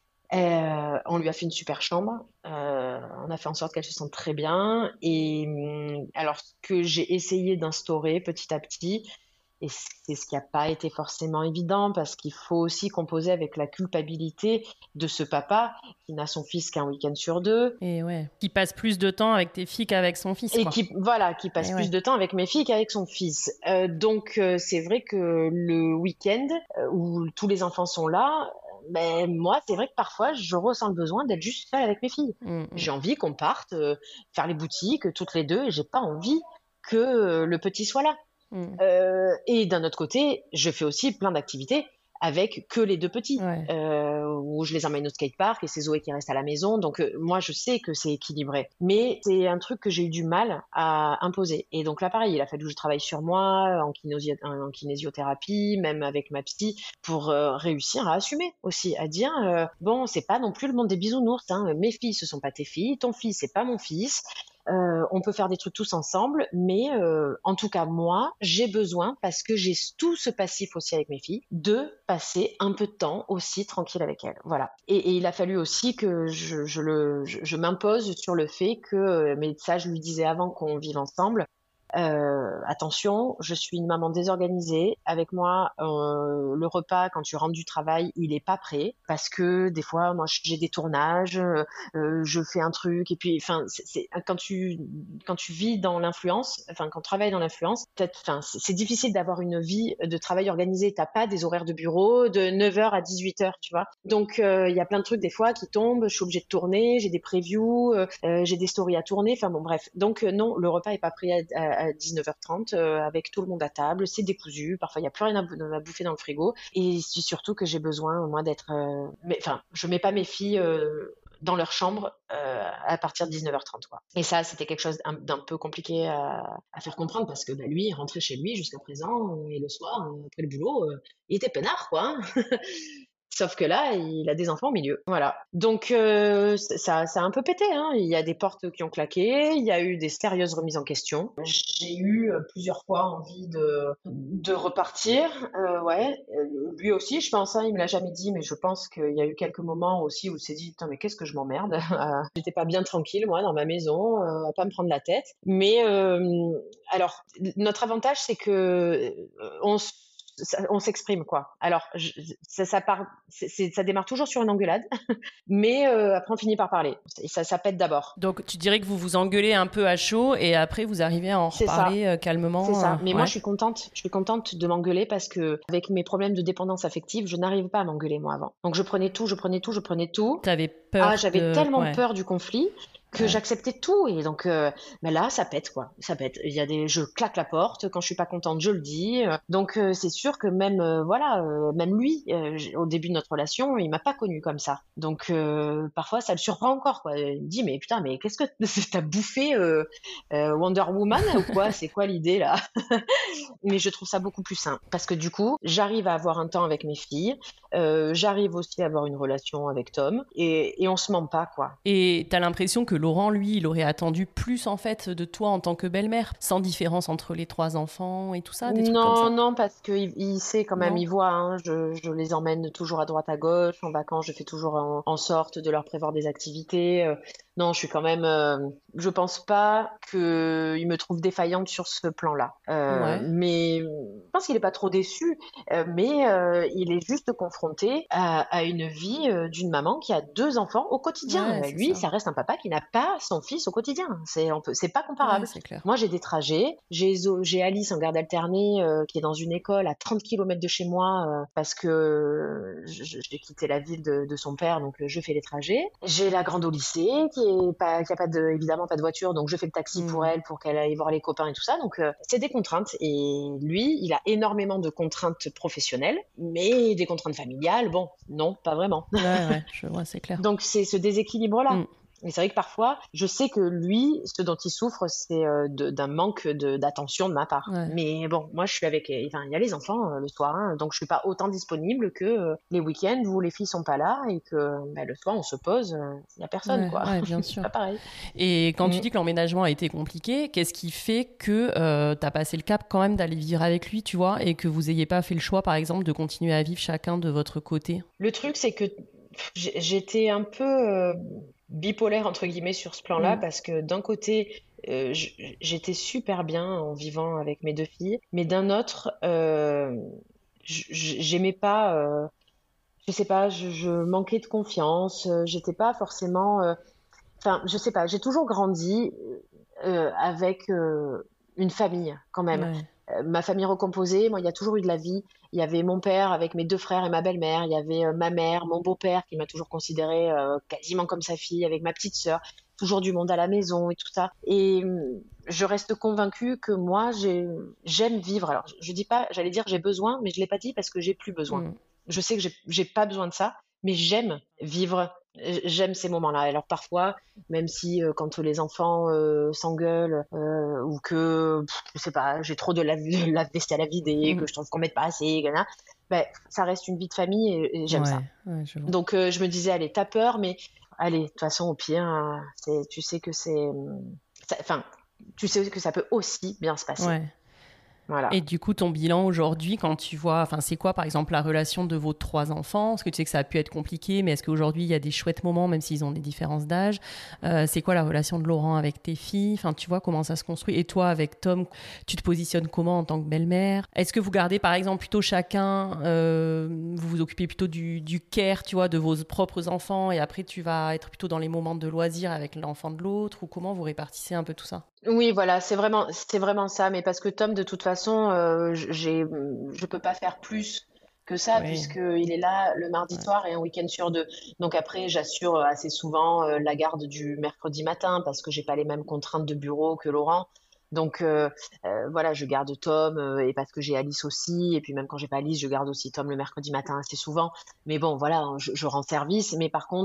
Euh, on lui a fait une super chambre. Euh, on a fait en sorte qu'elle se sente très bien. Et hum, alors, ce que j'ai essayé d'instaurer petit à petit, et c'est ce qui n'a pas été forcément évident, parce qu'il faut aussi composer avec la culpabilité de ce papa qui n'a son fils qu'un week-end sur deux,
Et ouais. Qui passe plus de temps avec tes filles qu'avec son fils,
et
quoi.
qui, voilà, qui passe
Et
plus
ouais.
de temps avec mes filles qu'avec son fils. Euh, donc, euh, c'est vrai que le week-end, euh, où tous les enfants sont là, ben, moi, c'est vrai que parfois, je ressens le besoin d'être juste seule avec mes filles.
Hmm, hmm.
J'ai envie qu'on parte euh, faire les boutiques toutes les deux, et j'ai pas envie que euh, le petit soit là.
Hmm.
Euh, et d'un autre côté, je fais aussi plein d'activités avec que les deux petits,
Ouais.
euh, où je les emmène au skatepark et c'est Zoé qui reste à la maison. Donc euh, moi, je sais que c'est équilibré. Mais c'est un truc que j'ai eu du mal à imposer. Et donc là, pareil, il a fallu que je travaille sur moi, en, kinésio- en kinésiothérapie, même avec ma psy, pour euh, réussir à assumer aussi, à dire, euh, bon, c'est pas non plus le monde des bisounours, hein. Mes filles, ce sont pas tes filles, ton fils, c'est pas mon fils. Euh, on peut faire des trucs tous ensemble, mais euh, en tout cas moi, j'ai besoin parce que j'ai tout ce passif aussi avec mes filles, de passer un peu de temps aussi tranquille avec elles. Voilà. Et, et il a fallu aussi que je, je le, je, je m'impose sur le fait que, euh, mais ça je lui disais avant qu'on vive ensemble. Euh, attention, je suis une maman désorganisée. Avec moi, euh, le repas, quand tu rentres du travail, il est pas prêt parce que des fois, moi, j'ai des tournages, euh, euh, je fais un truc et puis, enfin, c'est, c'est- quand tu quand tu vis dans l'influence, enfin, quand tu travailles dans l'influence, peut-être, enfin, c'est, c'est difficile d'avoir une vie de travail organisée. T'as pas des horaires de bureau de neuf heures à dix-huit heures, tu vois. Donc, euh, il y a plein de trucs des fois qui tombent. Je suis obligée de tourner, j'ai des previews, euh, euh, j'ai des stories à tourner. Enfin bon, bref. Donc euh, non, le repas est pas pris à, à, à dix-neuf heures trente euh, avec tout le monde à table. C'est décousu. Parfois, il y a plus rien à, bou- à bouffer dans le frigo. Et c'est surtout que j'ai besoin, moi, d'être. euh, mais enfin, je mets pas mes filles. euh, dans leur chambre euh, à partir de dix-neuf heures trente, quoi. Et ça, c'était quelque chose d'un, d'un peu compliqué à, à faire comprendre parce que bah, lui, il rentrait chez lui jusqu'à présent euh, et le soir, euh, après le boulot, euh, il était peinard, quoi. Sauf que là, il a des enfants au milieu. Voilà. Donc, euh, ça, ça a un peu pété, hein. Il y a des portes qui ont claqué, il y a eu des sérieuses remises en question. J'ai eu euh, plusieurs fois envie de, de repartir. Euh, ouais. Euh, Lui aussi, je pense, hein, il me l'a jamais dit, mais je pense qu'il y a eu quelques moments aussi où il s'est dit, putain, mais qu'est-ce que je m'emmerde. Euh, J'étais pas bien tranquille, moi, dans ma maison, euh, à pas me prendre la tête. Mais, euh, alors, notre avantage, c'est que euh, on s- ça- on s'exprime, quoi. Alors, je- ça, ça part, c'est, c'est- ça démarre toujours sur une engueulade, mais euh, après on finit par parler. Et ça, ça pète d'abord.
Donc tu dirais que vous vous engueulez un peu à chaud et après vous arrivez à en
C'est ça,
reparler euh,
c'est
calmement. euh,
ça. Mais moi,
ouais.
je suis contente. Je suis contente de m'engueuler parce que avec mes problèmes de dépendance affective, je n'arrivais pas à m'engueuler moi avant. Donc je prenais tout, je prenais tout, je prenais tout.
T'avais
Ah,
peur
j'avais
de...
tellement
Ouais,
peur du conflit que
ouais.
j'acceptais tout et donc euh, mais là ça pète quoi, ça pète. Il y a des, je claque la porte quand je suis pas contente, je le dis. Euh, donc euh, c'est sûr que même euh, voilà, euh, même lui, euh, j- au début de notre relation, il m'a pas connue comme ça. Donc euh, parfois ça le surprend encore quoi. Il me dit mais putain mais qu'est-ce que t'as bouffé euh, euh, Wonder Woman ou quoi? C'est quoi l'idée là? Mais je trouve ça beaucoup plus simple parce que du coup, j'arrive à avoir un temps avec mes filles, euh, j'arrive aussi à avoir une relation avec Tom et, et on se ment pas quoi.
Et t'as l'impression que Laurent, lui, il aurait attendu plus en fait de toi en tant que belle-mère, sans différence entre les trois enfants et tout ça, des trucs comme
Non,
ça?
non, parce qu'il il sait quand même,
Non?
il voit, hein, je, je les emmène toujours à droite à gauche, en vacances, je fais toujours en, en sorte de leur prévoir des activités. euh. non, je suis quand même, euh, je pense pas qu'il me trouve défaillante sur ce plan-là. Euh,
Ouais.
mais je pense qu'il est pas trop déçu, euh, mais euh, il est juste confronté à, à une vie euh, d'une maman qui a deux enfants au quotidien.
Ouais,
Euh,
c'est
Lui,
ça.
ça reste un papa qui n'a pas son fils au quotidien. C'est, on peut, c'est pas
Ouais,
comparable.
c'est clair.
Moi, j'ai des trajets. J'ai Zo- j'ai Alice en garde alternée euh, qui est dans une école à trente kilomètres de chez moi euh, parce que euh, je- je- j'ai quitté la ville de, de son père, donc euh, je fais les trajets. J'ai la grande au lycée qui est pas, qui a pas de, évidemment pas de voiture, donc je fais le taxi pour
Hmm.
elle pour qu'elle aille voir les copains et tout ça. Donc euh, c'est des contraintes. Et lui, il a énormément de contraintes professionnelles, mais des contraintes familiales, bon, non, pas vraiment.
Ouais, ouais, je vois, c'est clair.
Donc c'est ce déséquilibre-là.
Hmm.
Et c'est vrai que parfois, je sais que lui, ce dont il souffre, c'est euh, de- d'un manque de- d'attention de ma part.
Ouais.
Mais bon, moi, je suis avec, enfin, il y a les enfants euh, le soir, hein, donc je suis pas autant disponible que euh, les week-ends où les filles sont pas là et que bah, le soir on se pose, euh, il y a personne,
Ouais,
quoi.
ouais, bien
C'est
sûr.
pas pareil.
Et quand tu
Mm.
dis que l'emménagement a été compliqué, qu'est-ce qui fait que euh, t'as passé le cap quand même d'aller vivre avec lui, tu vois, et que vous ayez pas fait le choix, par exemple, de continuer à vivre chacun de votre côté?
Le truc, c'est que j'ai- j'étais un peu euh, bipolaire entre guillemets sur ce plan-là
Hmm.
parce que d'un côté, euh, j- j'étais super bien en vivant avec mes deux filles, mais d'un autre, euh, j- j- j'aimais pas, euh, je sais pas, je, je manquais de confiance, euh, j'étais pas forcément, euh, enfin, je sais pas, j'ai toujours grandi euh, avec euh, une famille quand même.
Ouais.
Euh, ma famille recomposée, moi, il y a toujours eu de la vie. Il y avait mon père avec mes deux frères et ma belle-mère. Il y avait euh, ma mère, mon beau-père qui m'a toujours considérée euh, quasiment comme sa fille, avec ma petite sœur. Toujours du monde à la maison et tout ça. Et hum, je reste convaincue que moi, j'ai, j'aime vivre. Alors, je, je dis pas, j'allais dire j'ai besoin, mais je l'ai pas dit parce que j'ai plus besoin.
Hmm.
Je sais que j'ai, j'ai pas besoin de ça, mais j'aime vivre. J'aime ces moments-là. Alors parfois, même si euh, quand les enfants euh, s'engueulent euh, ou que pff, je sais pas, j'ai trop de lave- de lave-vaisselle à vider,
Hmm.
que je trouve qu'on met pas assez, gana, ben, ça reste une vie de famille et, et j'aime ça.
Ouais, ouais, je vois.
Donc euh, je me disais, allez, t'as peur, mais allez, de toute façon, au pire, euh, c'est, tu sais que c'est, hum, ça- enfin, tu sais que ça peut aussi bien se passer.
Ouais.
Voilà.
Et du coup, ton bilan aujourd'hui, quand tu vois, enfin, c'est quoi, par exemple, la relation de vos trois enfants? Parce que tu sais que ça a pu être compliqué, mais est-ce qu'aujourd'hui, il y a des chouettes moments, même s'ils ont des différences d'âge? Euh, c'est quoi la relation de Laurent avec tes filles? Enfin, tu vois comment ça se construit. Et toi, avec Tom, tu te positionnes comment en tant que belle-mère? Est-ce que vous gardez, par exemple, plutôt chacun, euh, vous vous occupez plutôt du, du care, tu vois, de vos propres enfants, et après, tu vas être plutôt dans les moments de loisirs avec l'enfant de l'autre, ou comment vous répartissez un peu tout ça?
Oui, voilà, c'est vraiment, c'est vraiment ça. Mais parce que Tom, de toute façon, euh, j'ai, je peux pas faire plus que ça
Oui,
puisqu'il est là le mardi
ouais.
soir et un week-end sur deux. Donc après, j'assure assez souvent euh, la garde du mercredi matin parce que j'ai pas les mêmes contraintes de bureau que Laurent. Donc euh, euh, voilà, je garde Tom euh, et parce que j'ai Alice aussi. Et puis même quand j'ai pas Alice, je garde aussi Tom le mercredi matin assez souvent. Mais bon, voilà, je, je rends service. Mais par contre,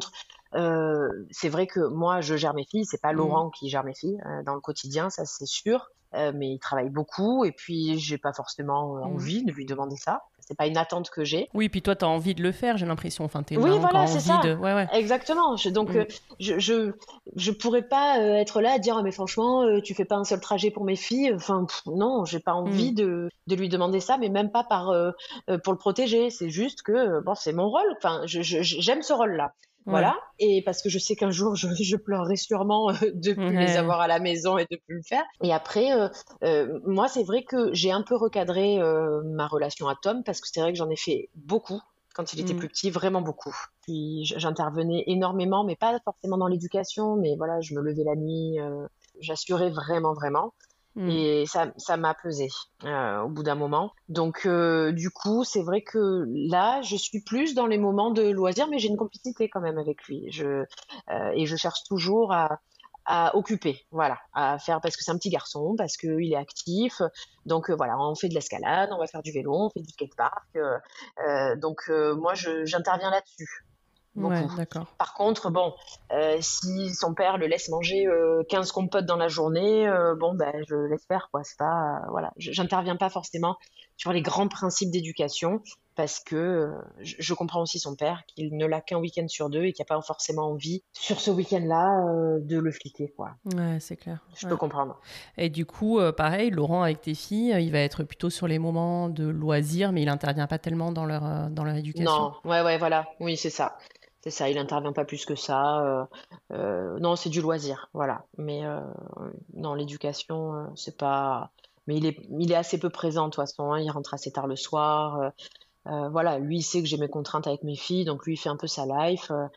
Euh, c'est vrai que moi, je gère mes filles, c'est pas
Mm.
Laurent qui gère mes filles euh, dans le quotidien, ça c'est sûr. Euh, mais il travaille beaucoup et puis j'ai pas forcément euh,
Mm.
envie de lui demander ça. C'est pas une attente que j'ai.
Oui, puis toi, tu as envie de le faire, j'ai l'impression. Enfin, t'es une
Oui,
maman qui a
voilà, c'est
envie
ça.
de. Ouais, ouais.
Exactement. Je- donc,
Mm.
euh, je, je, je pourrais pas euh, être là à dire, ah, mais franchement, euh, tu fais pas un seul trajet pour mes filles. Enfin, pff, non, j'ai pas
Mm.
envie de, de lui demander ça, mais même pas par, euh, euh, pour le protéger. C'est juste que, euh, bon, c'est mon rôle. Enfin, je, je- je- j'aime ce rôle-là.
Ouais.
Voilà. Et parce que je sais qu'un jour, je, je pleurerai sûrement euh, de plus les
Ouais.
avoir à la maison et de plus le faire. Et après, euh, euh, moi, c'est vrai que j'ai un peu recadré euh, ma relation à Tom parce que c'est vrai que j'en ai fait beaucoup quand il était
Mm.
plus petit, vraiment beaucoup. Puis j'intervenais énormément, mais pas forcément dans l'éducation, mais voilà, je me levais la nuit, euh, j'assurais vraiment, vraiment.
Mm.
Et ça, ça m'a pesé euh, au bout d'un moment. Donc, euh, du coup, c'est vrai que là, je suis plus dans les moments de loisirs, mais j'ai une complicité quand même avec lui. Je, euh, et je cherche toujours à, à occuper, voilà, à faire parce que c'est un petit garçon, parce qu'il est actif. Donc euh, voilà, on fait de l'escalade, on va faire du vélo, on fait du skatepark. Euh, euh, donc euh, moi, je, j'interviens là-dessus
Ouais,
beaucoup.
d'accord.
Par contre, bon, euh, si son père le laisse manger euh, quinze compotes dans la journée, euh, bon, ben, je laisse faire, quoi. C'est pas, euh, voilà, Je- j'interviens pas forcément sur les grands principes d'éducation parce que euh, je, je comprends aussi son père qu'il ne l'a qu'un week-end sur deux et qu'il n'a pas forcément envie sur ce week-end-là euh, de le fliquer, quoi.
Ouais, c'est clair.
Je peux
Ouais.
comprendre.
Et du coup, euh, pareil, Laurent, avec tes filles, euh, il va être plutôt sur les moments de loisirs, mais il intervient pas tellement dans leur, euh, dans leur éducation.
Non, ouais, ouais, voilà, oui, c'est ça. C'est ça, il intervient pas plus que ça. euh, euh, non, c'est du loisir, voilà. Mais euh, non, l'éducation, euh, c'est pas. Mais il est, il est assez peu présent de toute façon, hein, il rentre assez tard le soir. euh, euh, voilà, lui, il sait que j'ai mes contraintes avec mes filles, donc lui, il fait un peu sa life. euh,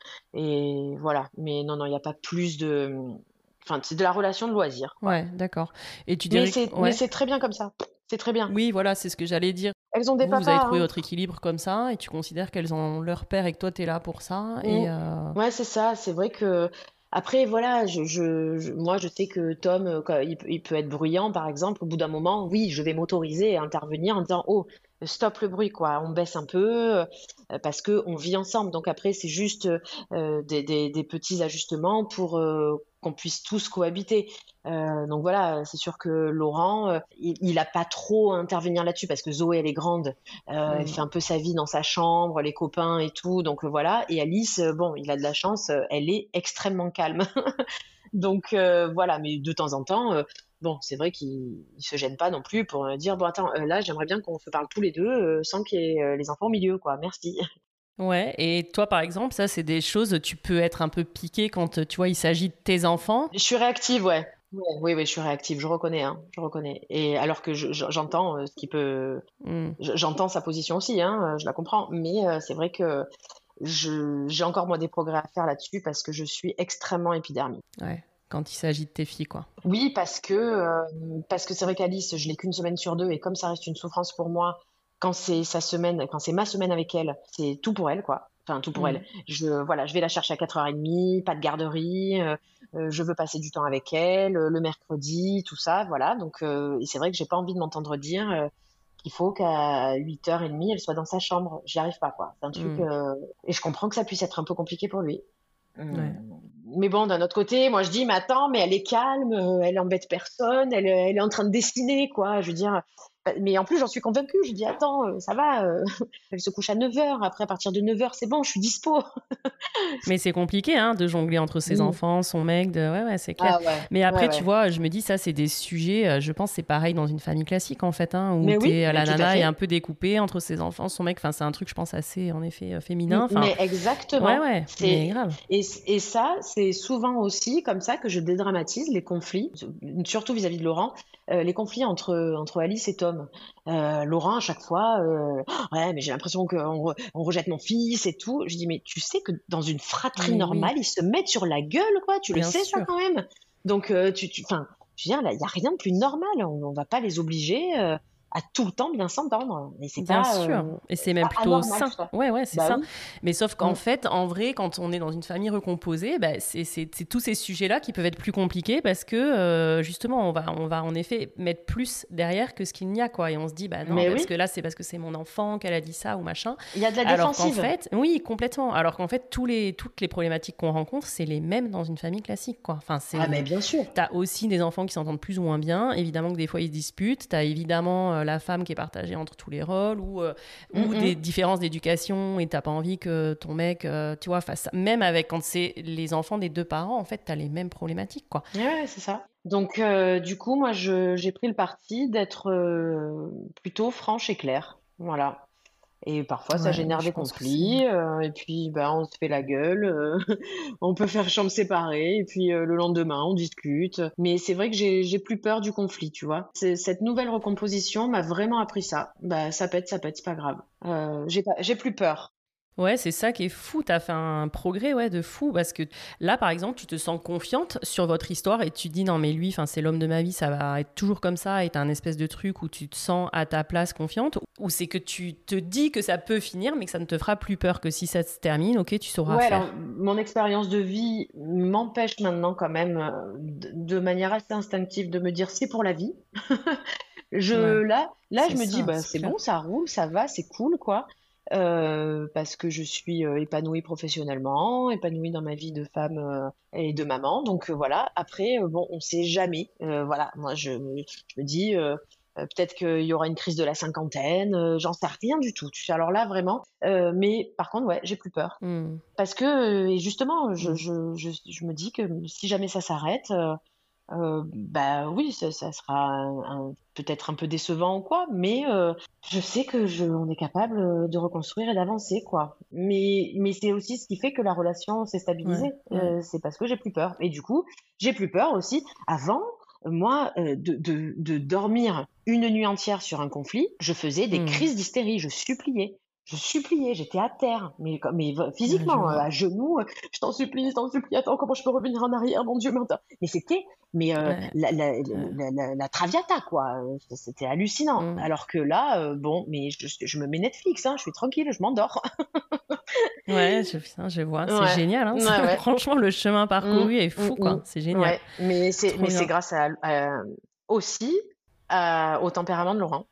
et voilà. Mais non, non, il n'y a pas plus de. Enfin, c'est de la relation de loisir, quoi.
Ouais, d'accord. Et tu
Mais
dirais que...
c'est, mais
Ouais.
c'est très bien comme ça. C'est très bien.
Oui, voilà, c'est ce que j'allais dire.
Elles ont des
Vous, vous avez
papas,
trouvé
hein.
votre équilibre comme ça, et tu considères qu'elles ont leur père et que toi, t'es là pour ça.
Mm.
Et euh,
Ouais, c'est ça. C'est vrai que après, voilà, je, je, je- moi, je sais que Tom, euh, quand il, peut il peut être bruyant, par exemple. Au bout d'un moment, oui, je vais m'autoriser à intervenir en disant, oh, stop le bruit, quoi. On baisse un peu euh, parce que on vit ensemble. Donc après, c'est juste euh, des, des, des petits ajustements pour euh, qu'on puisse tous cohabiter. Euh, donc voilà, c'est sûr que Laurent, euh, il, il a pas trop à intervenir là-dessus parce que Zoé, elle est grande. Euh, elle
hmm,
fait un peu sa vie dans sa chambre, les copains et tout. Donc euh, voilà. Et Alice, euh, bon, il a de la chance, euh, elle est extrêmement calme. Donc euh, voilà, mais de temps en temps, euh, bon, c'est vrai qu'il il se gêne pas non plus pour euh, dire, bon, attends, euh, là, j'aimerais bien qu'on se parle tous les deux euh, sans qu'il y ait euh, les enfants au milieu, quoi. Merci.
ouais. Et toi, par exemple, ça, c'est des choses, tu peux être un peu piqué quand, tu vois, il s'agit de tes enfants.
Je suis réactive, ouais. Ouais, oui, oui, je suis réactive, je reconnais, hein, je reconnais. Et alors que je- je- j'entends euh, ce qui peut,
Hmm,
je- j'entends sa position aussi, hein, euh, je la comprends. Mais euh, c'est vrai que je, j'ai encore moi des progrès à faire là-dessus parce que je suis extrêmement épidermique.
ouais. Quand il s'agit de tes filles, quoi.
Oui, parce que euh, parce que c'est vrai qu'Alice, je l'ai qu'une semaine sur deux et comme ça reste une souffrance pour moi, quand c'est sa semaine, quand c'est ma semaine avec elle, c'est tout pour elle, quoi. Enfin, tout pour
Hmm,
elle. Je voilà, je vais la chercher à quatre heures trente, pas de garderie, euh, euh, je veux passer du temps avec elle, euh, le mercredi, tout ça, voilà. Donc euh, et c'est vrai que j'ai pas envie de m'entendre dire euh, qu'il faut qu'à huit heures trente, elle soit dans sa chambre. J'y arrive pas, quoi. C'est un truc
hmm,
euh, et je comprends que ça puisse être un peu compliqué pour lui.
ouais.
Hum, Mais bon, d'un autre côté, moi je dis, mais attends, mais elle est calme, euh, elle embête personne, elle, elle est en train de dessiner, quoi. Je veux dire, bah, mais en plus, j'en suis convaincue. Je dis, attends, euh, ça va, euh, elle se couche à neuf heures. Après, à partir de neuf heures, c'est bon, je suis dispo.
Mais c'est compliqué, hein, de jongler entre ses
Mm.
enfants, son mec, de... ouais, ouais, c'est clair.
Ah ouais,
Mais
ouais,
après, tu
ouais.
vois, je me dis, ça, c'est des sujets, euh, je pense, c'est pareil dans une famille classique, en fait, hein, où
Mais oui,
t'es, euh,
mais
la
tout à
nana est un
fait.
peu découpée entre ses enfants, son mec, enfin, c'est un truc, je pense, assez, en effet, euh,
Mm,
féminin, enfin,
Mais
ouais,
exactement.
ouais, mais
C'est
grave.
et, et ça, c'est souvent aussi comme ça que je dédramatise les conflits, surtout vis-à-vis de Laurent, euh, les conflits entre entre Alice et Tom. Euh, Laurent à chaque fois, euh, ouais, mais j'ai l'impression qu'on re- on rejette mon fils et tout. Je dis mais tu sais que dans une fratrie
Mais oui,
normale, ils se mettent sur la gueule, quoi. Tu le
bien
sais ça quand
sûr.
même. Donc euh, tu, tu, enfin, je veux dire, là, il y a rien de plus normal. On, on va pas les obliger. euh, à tout le temps bien s'entendre. Et c'est
Bien
pas,
sûr,
euh,
et c'est
c'est
même
pas
plutôt
anormal,
sain.
ça.
Ouais, ouais, c'est
Bah
ça.
oui.
Mais sauf qu'en
Mm.
fait, en vrai, quand on est dans une famille recomposée, bah, c'est, c'est, c'est tous ces sujets-là qui peuvent être plus compliqués parce que euh, justement, on va, on va en effet mettre plus derrière que ce qu'il n'y a, quoi. Et on se dit, bah non,
Mais
parce
oui,
que là, c'est parce que c'est mon enfant qu'elle a dit ça ou machin.
il y a de la
Alors qu'en
défensive.
fait, oui, complètement. Alors qu'en fait, tous les, toutes les problématiques qu'on rencontre, c'est les mêmes dans une famille classique, quoi. Enfin,
Ah, mais
c'est,
bien sûr.
t'as aussi des enfants qui s'entendent plus ou moins bien. Évidemment que des fois ils se disputent. T'as évidemment euh, la femme qui est partagée entre tous les rôles ou euh, ou des
Mm-mm.
différences d'éducation et t'as pas envie que ton mec, euh, tu vois, fasse ça. Même avec quand c'est les enfants des deux parents, en fait, t'as les mêmes problématiques, quoi.
Ouais, ouais, c'est ça. Donc, euh, du coup, moi, je, j'ai pris le parti d'être euh, plutôt franche et claire. Voilà. Et parfois, ça
Ouais, mais
génère
je
des
pense que c'est.
conflits, euh, et puis bah, on se fait la gueule, euh, on peut faire chambre séparée, et puis euh, le lendemain, on discute. Mais c'est vrai que j'ai, j'ai plus peur du conflit, tu vois. C'est, cette nouvelle recomposition m'a vraiment appris ça. Bah, ça pète, ça pète, c'est pas grave. Euh, j'ai pas, j'ai plus peur.
Ouais, c'est ça qui est fou. T'as fait un progrès, ouais, de fou parce que là, par exemple, tu te sens confiante sur votre histoire et tu te dis non, mais lui, enfin, c'est l'homme de ma vie, ça va être toujours comme ça. Et t'as un espèce de truc où tu te sens à ta place confiante, ou c'est que tu te dis que ça peut finir, mais que ça ne te fera plus peur que si ça se termine, ok, tu sauras
Ouais, alors
faire.
mon expérience de vie m'empêche maintenant quand même, euh, de, de manière assez instinctive, de me dire c'est pour la vie. Je,
Ouais,
là, là, je
c'est
me dis,
ça,
bah,
c'est
c'est
clair.
bon, ça roule, ça va, c'est cool, quoi. Euh, parce que je suis euh, épanouie professionnellement, épanouie dans ma vie de femme euh, et de maman. Donc euh, voilà. Après, euh, bon, on sait jamais. Euh, voilà, moi, je, me- je me dis, euh, euh, peut-être qu'il y aura une crise de la cinquantaine. Euh, j'en sais rien du tout. Tu sais, alors là, vraiment. Euh, mais par contre, ouais, j'ai plus peur.
Hmm,
Parce que, euh, et justement, je,
hmm.
je, je, je me dis que si jamais ça s'arrête, euh, euh, bah oui, ça, ça sera un- un- peut-être un peu décevant ou quoi, mais euh, je sais que je, on est capable euh, de reconstruire et d'avancer, quoi. Mais, mais c'est aussi ce qui fait que la relation s'est
Ouais,
stabilisée.
ouais.
Euh, c'est parce que j'ai plus peur. Et du coup, j'ai plus peur aussi. Avant, moi, euh, de, de, de dormir une nuit entière sur un conflit, je faisais des
Hmm.
crises d'hystérie, je suppliais. Je suppliais, j'étais à terre, mais, comme- mais v-
Ouais, je
physiquement, euh,
vois.
à genoux, euh, je t'en supplie, je t'en supplie, attends, comment je peux revenir en arrière, mon Dieu, mais attends. Mais c'était, mais euh,
Ouais,
la, la,
ouais.
la, la- la Traviata, quoi. Euh, C'était hallucinant.
Hmm.
Alors que là, euh, bon, mais je, je me mets Netflix, hein, je suis tranquille, je m'endors.
Ouais, je, putain, je vois. C'est
Ouais,
génial, hein.
ouais, ouais.
Franchement, le chemin
Mm,
parcouru est
mm,
fou, quoi. C'est
mm.
génial.
Ouais, mais c'est,
Trop
mais c'est
bien.
grâce à, à- aussi à- au tempérament de Laurent.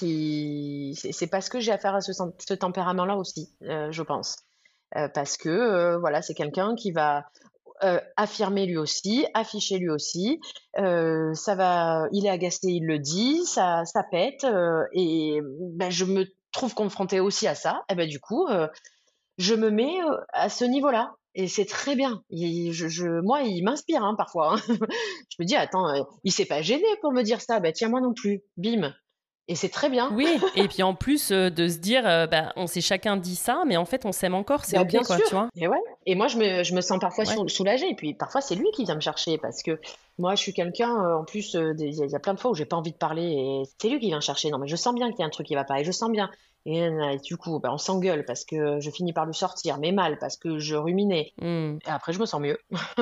Qui, c'est c'est parce que j'ai affaire à ce, sen- ce tempérament-là aussi, euh, je pense. Euh, parce que euh, voilà, c'est quelqu'un qui va euh, affirmer lui aussi, afficher lui aussi. Euh, ça va, il est agacé, il le dit, ça, ça pète, euh, et ben, je me trouve confrontée aussi à ça. Et ben du coup, euh, je me mets euh, à ce niveau-là. Et c'est très bien. Il- je, je- moi, il m'inspire hein, parfois, hein. Je me dis, attends, euh, il s'est pas gêné pour me dire ça. Ben tiens, moi non plus. Bim. Et c'est très bien.
Oui, et puis en plus euh, de se dire, euh, bah, on s'est chacun dit ça, mais en fait, on s'aime encore, c'est
Bah,
ok,
bien
quoi,
sûr.
tu vois.
Et ouais. Et moi, je me, je me sens parfois
Ouais.
sou- soulagée. Et puis parfois, c'est lui qui vient me chercher parce que moi, je suis quelqu'un, euh, en plus, euh, des- il y, a il y a plein de fois où j'ai pas envie de parler et c'est lui qui vient me chercher. Non, mais je sens bien qu'il y a un truc qui va pas et je sens bien. Et, euh, et du coup, bah, on s'engueule parce que je finis par lui sortir, mais mal parce que je ruminais.
Hmm.
Et après, je me sens mieux.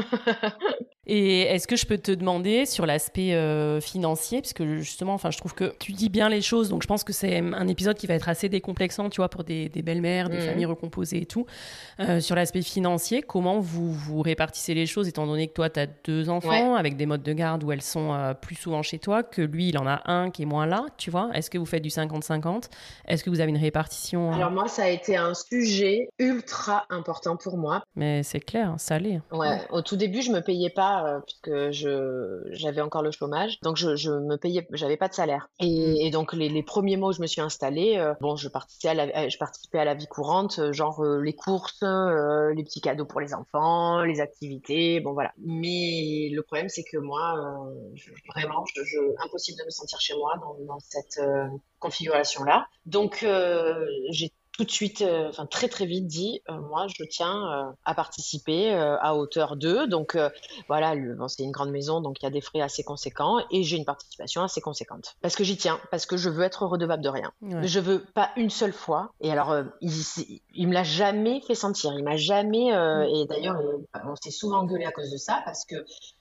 Et est-ce que je peux te demander sur l'aspect euh, financier, parce que justement, enfin, je trouve que tu dis bien les choses, donc je pense que c'est un épisode qui va être assez décomplexant, tu vois, pour des, des belles-mères, des familles
Mhm.
recomposées et tout. Euh, sur l'aspect financier, comment vous vous répartissez les choses, étant donné que toi, tu as deux
Ouais.
enfants avec des modes de garde où elles sont euh, plus souvent chez toi, que lui, il en a un qui est moins là, tu vois. Est-ce que vous faites du cinquante cinquante? Est-ce que vous avez une répartition euh,
Alors moi, ça a été un sujet ultra important pour moi.
Mais c'est clair, hein, salé.
Ouais,
Ouais.
au tout début, je me payais pas euh, puisque je j'avais encore le chômage, donc je je me payais, j'avais pas de salaire.
Mm.
Et, et donc les, les premiers mois où je me suis installée, euh, bon, je participais à la euh, je participais à la vie courante, euh, genre euh, les courses, euh, les petits cadeaux pour les enfants, les activités, bon voilà. Mais le problème, c'est que moi, euh, je- vraiment, je, je- impossible de me sentir chez moi dans, dans cette euh, configuration-là. Donc euh, j'ai tout de suite, euh, enfin très très vite dit, euh, moi je tiens euh, à participer euh, à hauteur d'eux. Donc euh, voilà, le- bon, c'est une grande maison, donc il y a des frais assez conséquents et j'ai une participation assez conséquente. Parce que j'y tiens, parce que je veux être redevable de rien.
Ouais.
Je veux pas une seule fois. Et alors, euh, il, c'est- il me l'a jamais fait sentir. Il m'a jamais. euh,
Mm.
et d'ailleurs, euh, on s'est souvent engueulé à cause de ça parce que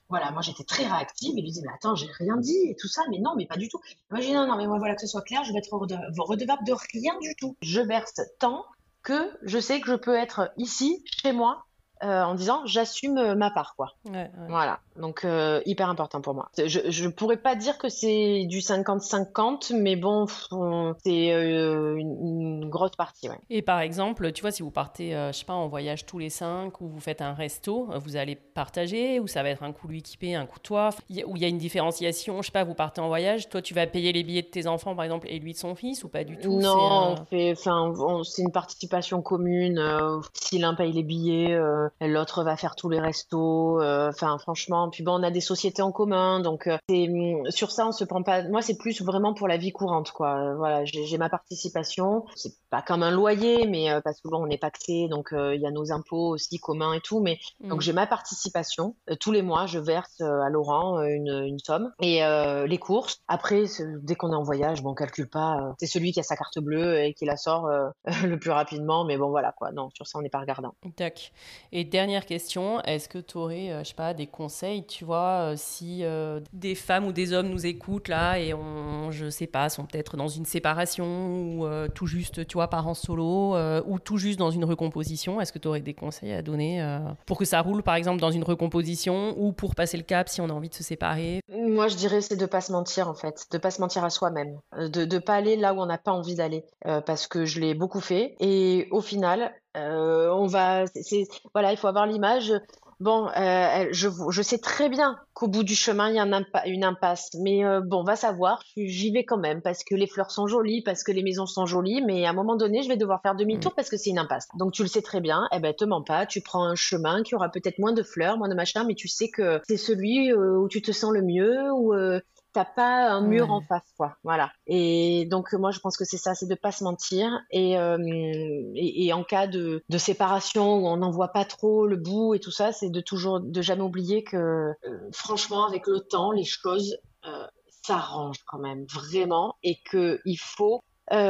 Voilà, moi j'étais très réactive. Il lui dit, mais attends, j'ai rien dit et tout ça, mais non, mais pas du tout. Moi j'ai dit, non, non, mais moi voilà, que ce soit clair, je vais être rede- redevable de rien du tout. Je verse tant que je sais que je peux être ici, chez moi, euh, en disant, j'assume euh, ma part, quoi.
Ouais, ouais.
Voilà, donc euh, hyper important pour moi. Je, je pourrais pas dire que c'est du cinquante cinquante, mais bon, pff, on- c'est euh, une, une grosse partie, ouais.
Et par exemple, tu vois, si vous partez, euh, je sais pas, en voyage tous les cinq ou vous faites un resto, euh, vous allez partager ou ça va être un coup lui qui paie, un coup toi, Il y a- où il y a une différenciation, je sais pas, vous partez en voyage, toi tu vas payer les billets de tes enfants par exemple et lui de son fils ou pas du tout,
Non,
c'est
on
euh,
fait, enfin, on- c'est une participation commune. Euh, si l'un paye les billets, euh, l'autre va faire tous les restos. euh, Enfin, franchement, puis bon, on a des sociétés en commun, donc euh, c'est, hum, sur ça, on se prend pas. Moi, c'est plus vraiment pour la vie courante, quoi. Euh, Voilà, j'ai j'ai ma participation. C'est pas comme un loyer, mais euh, parce que bon, on est pacté, donc euh, il y a nos impôts aussi communs et tout. Mais donc
hmm.
j'ai ma participation. Euh, tous les mois, je verse euh, à Laurent euh, une, une somme et euh, les courses. Après, c'est- dès qu'on est en voyage, bon, on calcule pas. euh, c'est celui qui a sa carte bleue et qui la sort euh, le plus rapidement. Mais bon, voilà quoi. Non, sur ça, on n'est pas regardant.
Tac. Et dernière question, est-ce que tu aurais, je sais pas, des conseils, tu vois, euh, si euh, des femmes ou des hommes nous écoutent là et on, je sais pas, sont peut-être dans une séparation ou euh, tout juste, tu vois, parents solo euh, ou tout juste dans une recomposition, est-ce que tu aurais des conseils à donner euh, pour que ça roule, par exemple, dans une recomposition ou pour passer le cap si on a envie de se séparer?
Moi, je dirais, c'est de pas se mentir en fait, de pas se mentir à soi-même, euh, de de pas aller là où on n'a pas envie d'aller, euh, parce que je l'ai beaucoup fait. Et au final, euh, on va, c'est, c'est- voilà, il faut avoir l'image. Bon, euh, elle- je, je sais très bien qu'au bout du chemin, il y a un impa- une impasse, mais euh, bon, va savoir, j'y vais quand même parce que les fleurs sont jolies, parce que les maisons sont jolies, mais à un moment donné, je vais devoir faire
Mm.
demi-tour parce que c'est une impasse. Donc tu le sais très bien, eh ben te mens pas, tu prends un chemin qui aura peut-être moins de fleurs, moins de machin, mais tu sais que c'est celui euh, où tu te sens le mieux, où euh, t'as pas un mur en
Ouais.
face, quoi. Voilà. Et donc moi, je pense que c'est ça, c'est de pas se mentir. Et, euh, et, et en cas de, de séparation où on n'en voit pas trop le bout et tout ça, c'est de toujours, de jamais oublier que euh, franchement, avec le temps, les choses euh, s'arrangent quand même vraiment, et que il faut,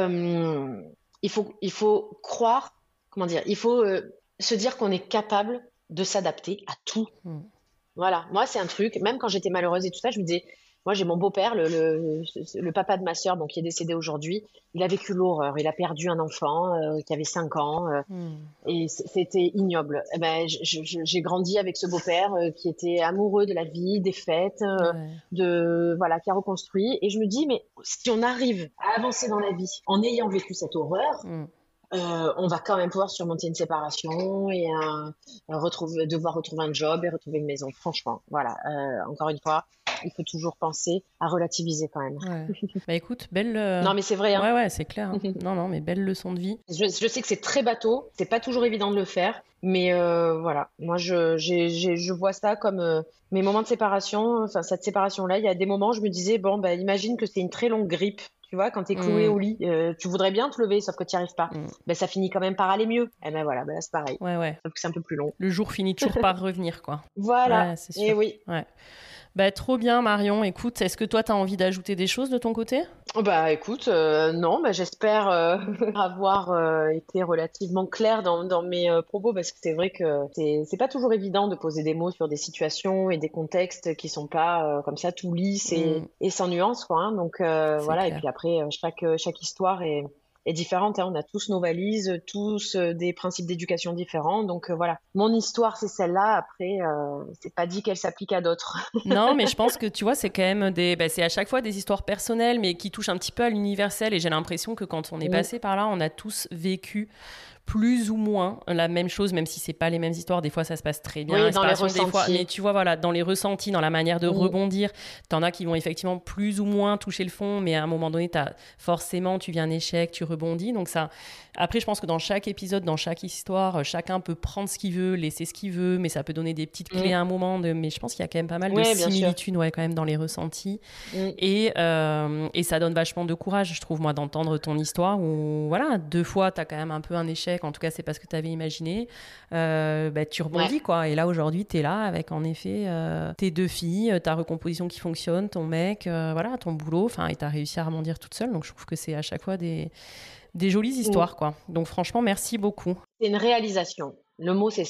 euh, il faut, il faut croire, comment dire, il faut euh, se dire qu'on est capable de s'adapter à tout.
Mm.
Voilà, moi c'est un truc, même quand j'étais malheureuse et tout ça, je me disais, moi j'ai mon beau-père, le, le, le papa de ma sœur, donc qui est décédé aujourd'hui, il a vécu l'horreur, il a perdu un enfant euh, qui avait cinq ans, euh,
Mm.
et c- c'était ignoble. Eh ben, je- je- j'ai grandi avec ce beau-père euh, qui était amoureux de la vie, des fêtes, euh,
Ouais.
de voilà, qui a reconstruit, et je me dis, mais si on arrive à avancer dans la vie en ayant vécu cette horreur,
Mm.
euh, on va quand même pouvoir surmonter une séparation et un, un retrouver, devoir retrouver un job et retrouver une maison. Franchement, voilà. Euh, encore une fois, il faut toujours penser à relativiser quand même.
Ouais. Bah écoute, belle. euh,
Non, mais c'est vrai, hein.
Ouais, ouais, c'est clair, hein. Non, non, mais belle leçon de vie.
Je, je sais que c'est très bateau, c'est pas toujours évident de le faire, mais euh, voilà. Moi, je, j'ai, j'ai- je vois ça comme euh, mes moments de séparation. Enfin, cette séparation-là, il y a des moments, je me disais, bon, bah, imagine que c'est une très longue grippe. Tu vois, quand t'es cloué
Mm.
au lit, euh, tu voudrais bien te lever, sauf que t'y arrives pas.
Mm.
Ben, ça finit quand même par aller mieux. Et ben voilà, ben là, c'est pareil.
Ouais, ouais.
Sauf que c'est un peu plus long.
Le jour finit toujours par revenir, quoi.
Voilà,
Ouais, c'est
et
sûr.
oui.
Ouais. Bah, trop bien, Marion. Écoute, est-ce que toi, tu as envie d'ajouter des choses de ton côté?
Oh, bah écoute, euh, non, bah, j'espère euh, avoir euh, été relativement claire dans, dans mes euh, propos, parce que c'est vrai que c'est c'est pas toujours évident de poser des mots sur des situations et des contextes qui sont pas euh, comme ça tout lisses et,
Mm,
et sans nuance, quoi, hein. Donc euh,
c'est
voilà, et
clair.
puis après, euh, chaque, euh, chaque histoire est, est différente, hein. On a tous nos valises, tous euh, des principes d'éducation différents. Donc euh, voilà, mon histoire, c'est celle-là. Après, euh, c'est pas dit qu'elle s'applique à d'autres.
Non, mais je pense que tu vois, c'est quand même des. Bah, c'est à chaque fois des histoires personnelles, mais qui touchent un petit peu à l'universel. Et j'ai l'impression que quand on est
Mm.
passé par là, on a tous vécu plus ou moins la même chose, même si c'est pas les mêmes histoires. Des fois, ça se passe très bien,
Oui, dans les
l'inspiration, des fois. Mais
ressentis.
tu vois, voilà, dans les ressentis, dans la manière de
Mm.
rebondir, t'en as qui vont effectivement plus ou moins toucher le fond, mais à un moment donné, t'as forcément, tu vis un échec, tu rebondis. Donc ça. Après, je pense que dans chaque épisode, dans chaque histoire, chacun peut prendre ce qu'il veut, laisser ce qu'il veut, mais ça peut donner des petites clés
Mm.
à un moment. De... Mais je pense qu'il y a quand même pas mal de
Ouais, bien sûr.
similitudes, ouais, quand même dans les ressentis.
Mm.
Et, euh, et ça donne vachement de courage, je trouve, moi, d'entendre ton histoire où, voilà, deux fois, tu as quand même un peu un échec, en tout cas, c'est pas ce que tu avais imaginé. Euh, bah, tu rebondis,
Ouais.
quoi. Et là, aujourd'hui, tu es là avec, en effet, euh, tes deux filles, ta recomposition qui fonctionne, ton mec, euh, voilà, ton boulot, enfin, et tu as réussi à rebondir toute seule. Donc, je trouve que c'est à chaque fois des, des jolies
Mm.
histoires, quoi. Donc, franchement, merci beaucoup.
C'est une réalisation. Le mot, c'est ça.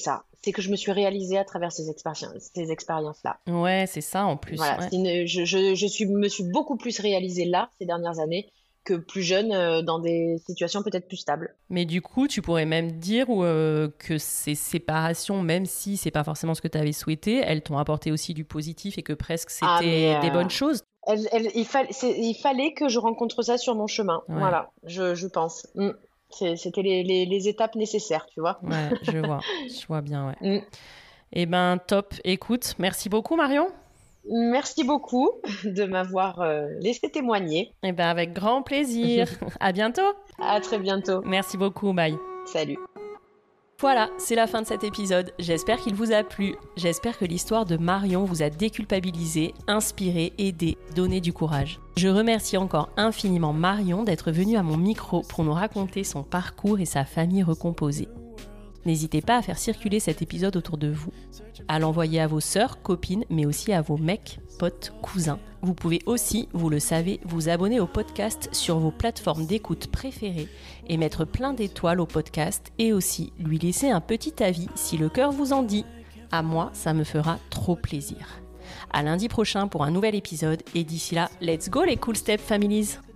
c'est que je me suis réalisée à travers ces, expéri- ces expériences-là.
Ouais, c'est ça en plus.
Voilà,
Ouais.
c'est une- je, je, je suis, me suis beaucoup plus réalisée là, ces dernières années, que plus jeune, euh, dans des situations peut-être plus stables.
Mais du coup, tu pourrais même dire euh, que ces séparations, même si c'est pas forcément ce que tu avais souhaité, elles t'ont apporté aussi du positif et que presque c'était
Ah, mais, euh,
des bonnes choses.
Elle, elle, il, fa- c'est- il fallait que je rencontre ça sur mon chemin.
Ouais.
Voilà, je, je pense. Mm. C'est- C'était les, les, les étapes nécessaires, tu vois.
Ouais, je vois. Je vois bien, ouais.
Mm.
Eh ben, top. Écoute, merci beaucoup, Marion.
Merci beaucoup de m'avoir euh, laissé témoigner.
Eh ben, avec grand plaisir. À bientôt.
À très bientôt.
Merci beaucoup. Bye.
Salut.
Voilà, c'est la fin de cet épisode. J'espère qu'il vous a plu. J'espère que l'histoire de Marion vous a déculpabilisé, inspiré, aidé, donné du courage. Je remercie encore infiniment Marion d'être venue à mon micro pour nous raconter son parcours et sa famille recomposée. N'hésitez pas à faire circuler cet épisode autour de vous, à l'envoyer à vos sœurs, copines, mais aussi à vos mecs, potes, cousins. Vous pouvez aussi, vous le savez, vous abonner au podcast sur vos plateformes d'écoute préférées et mettre plein d'étoiles au podcast et aussi lui laisser un petit avis si le cœur vous en dit. À moi, ça me fera trop plaisir. À lundi prochain pour un nouvel épisode et d'ici là, let's go les Cool Step Families!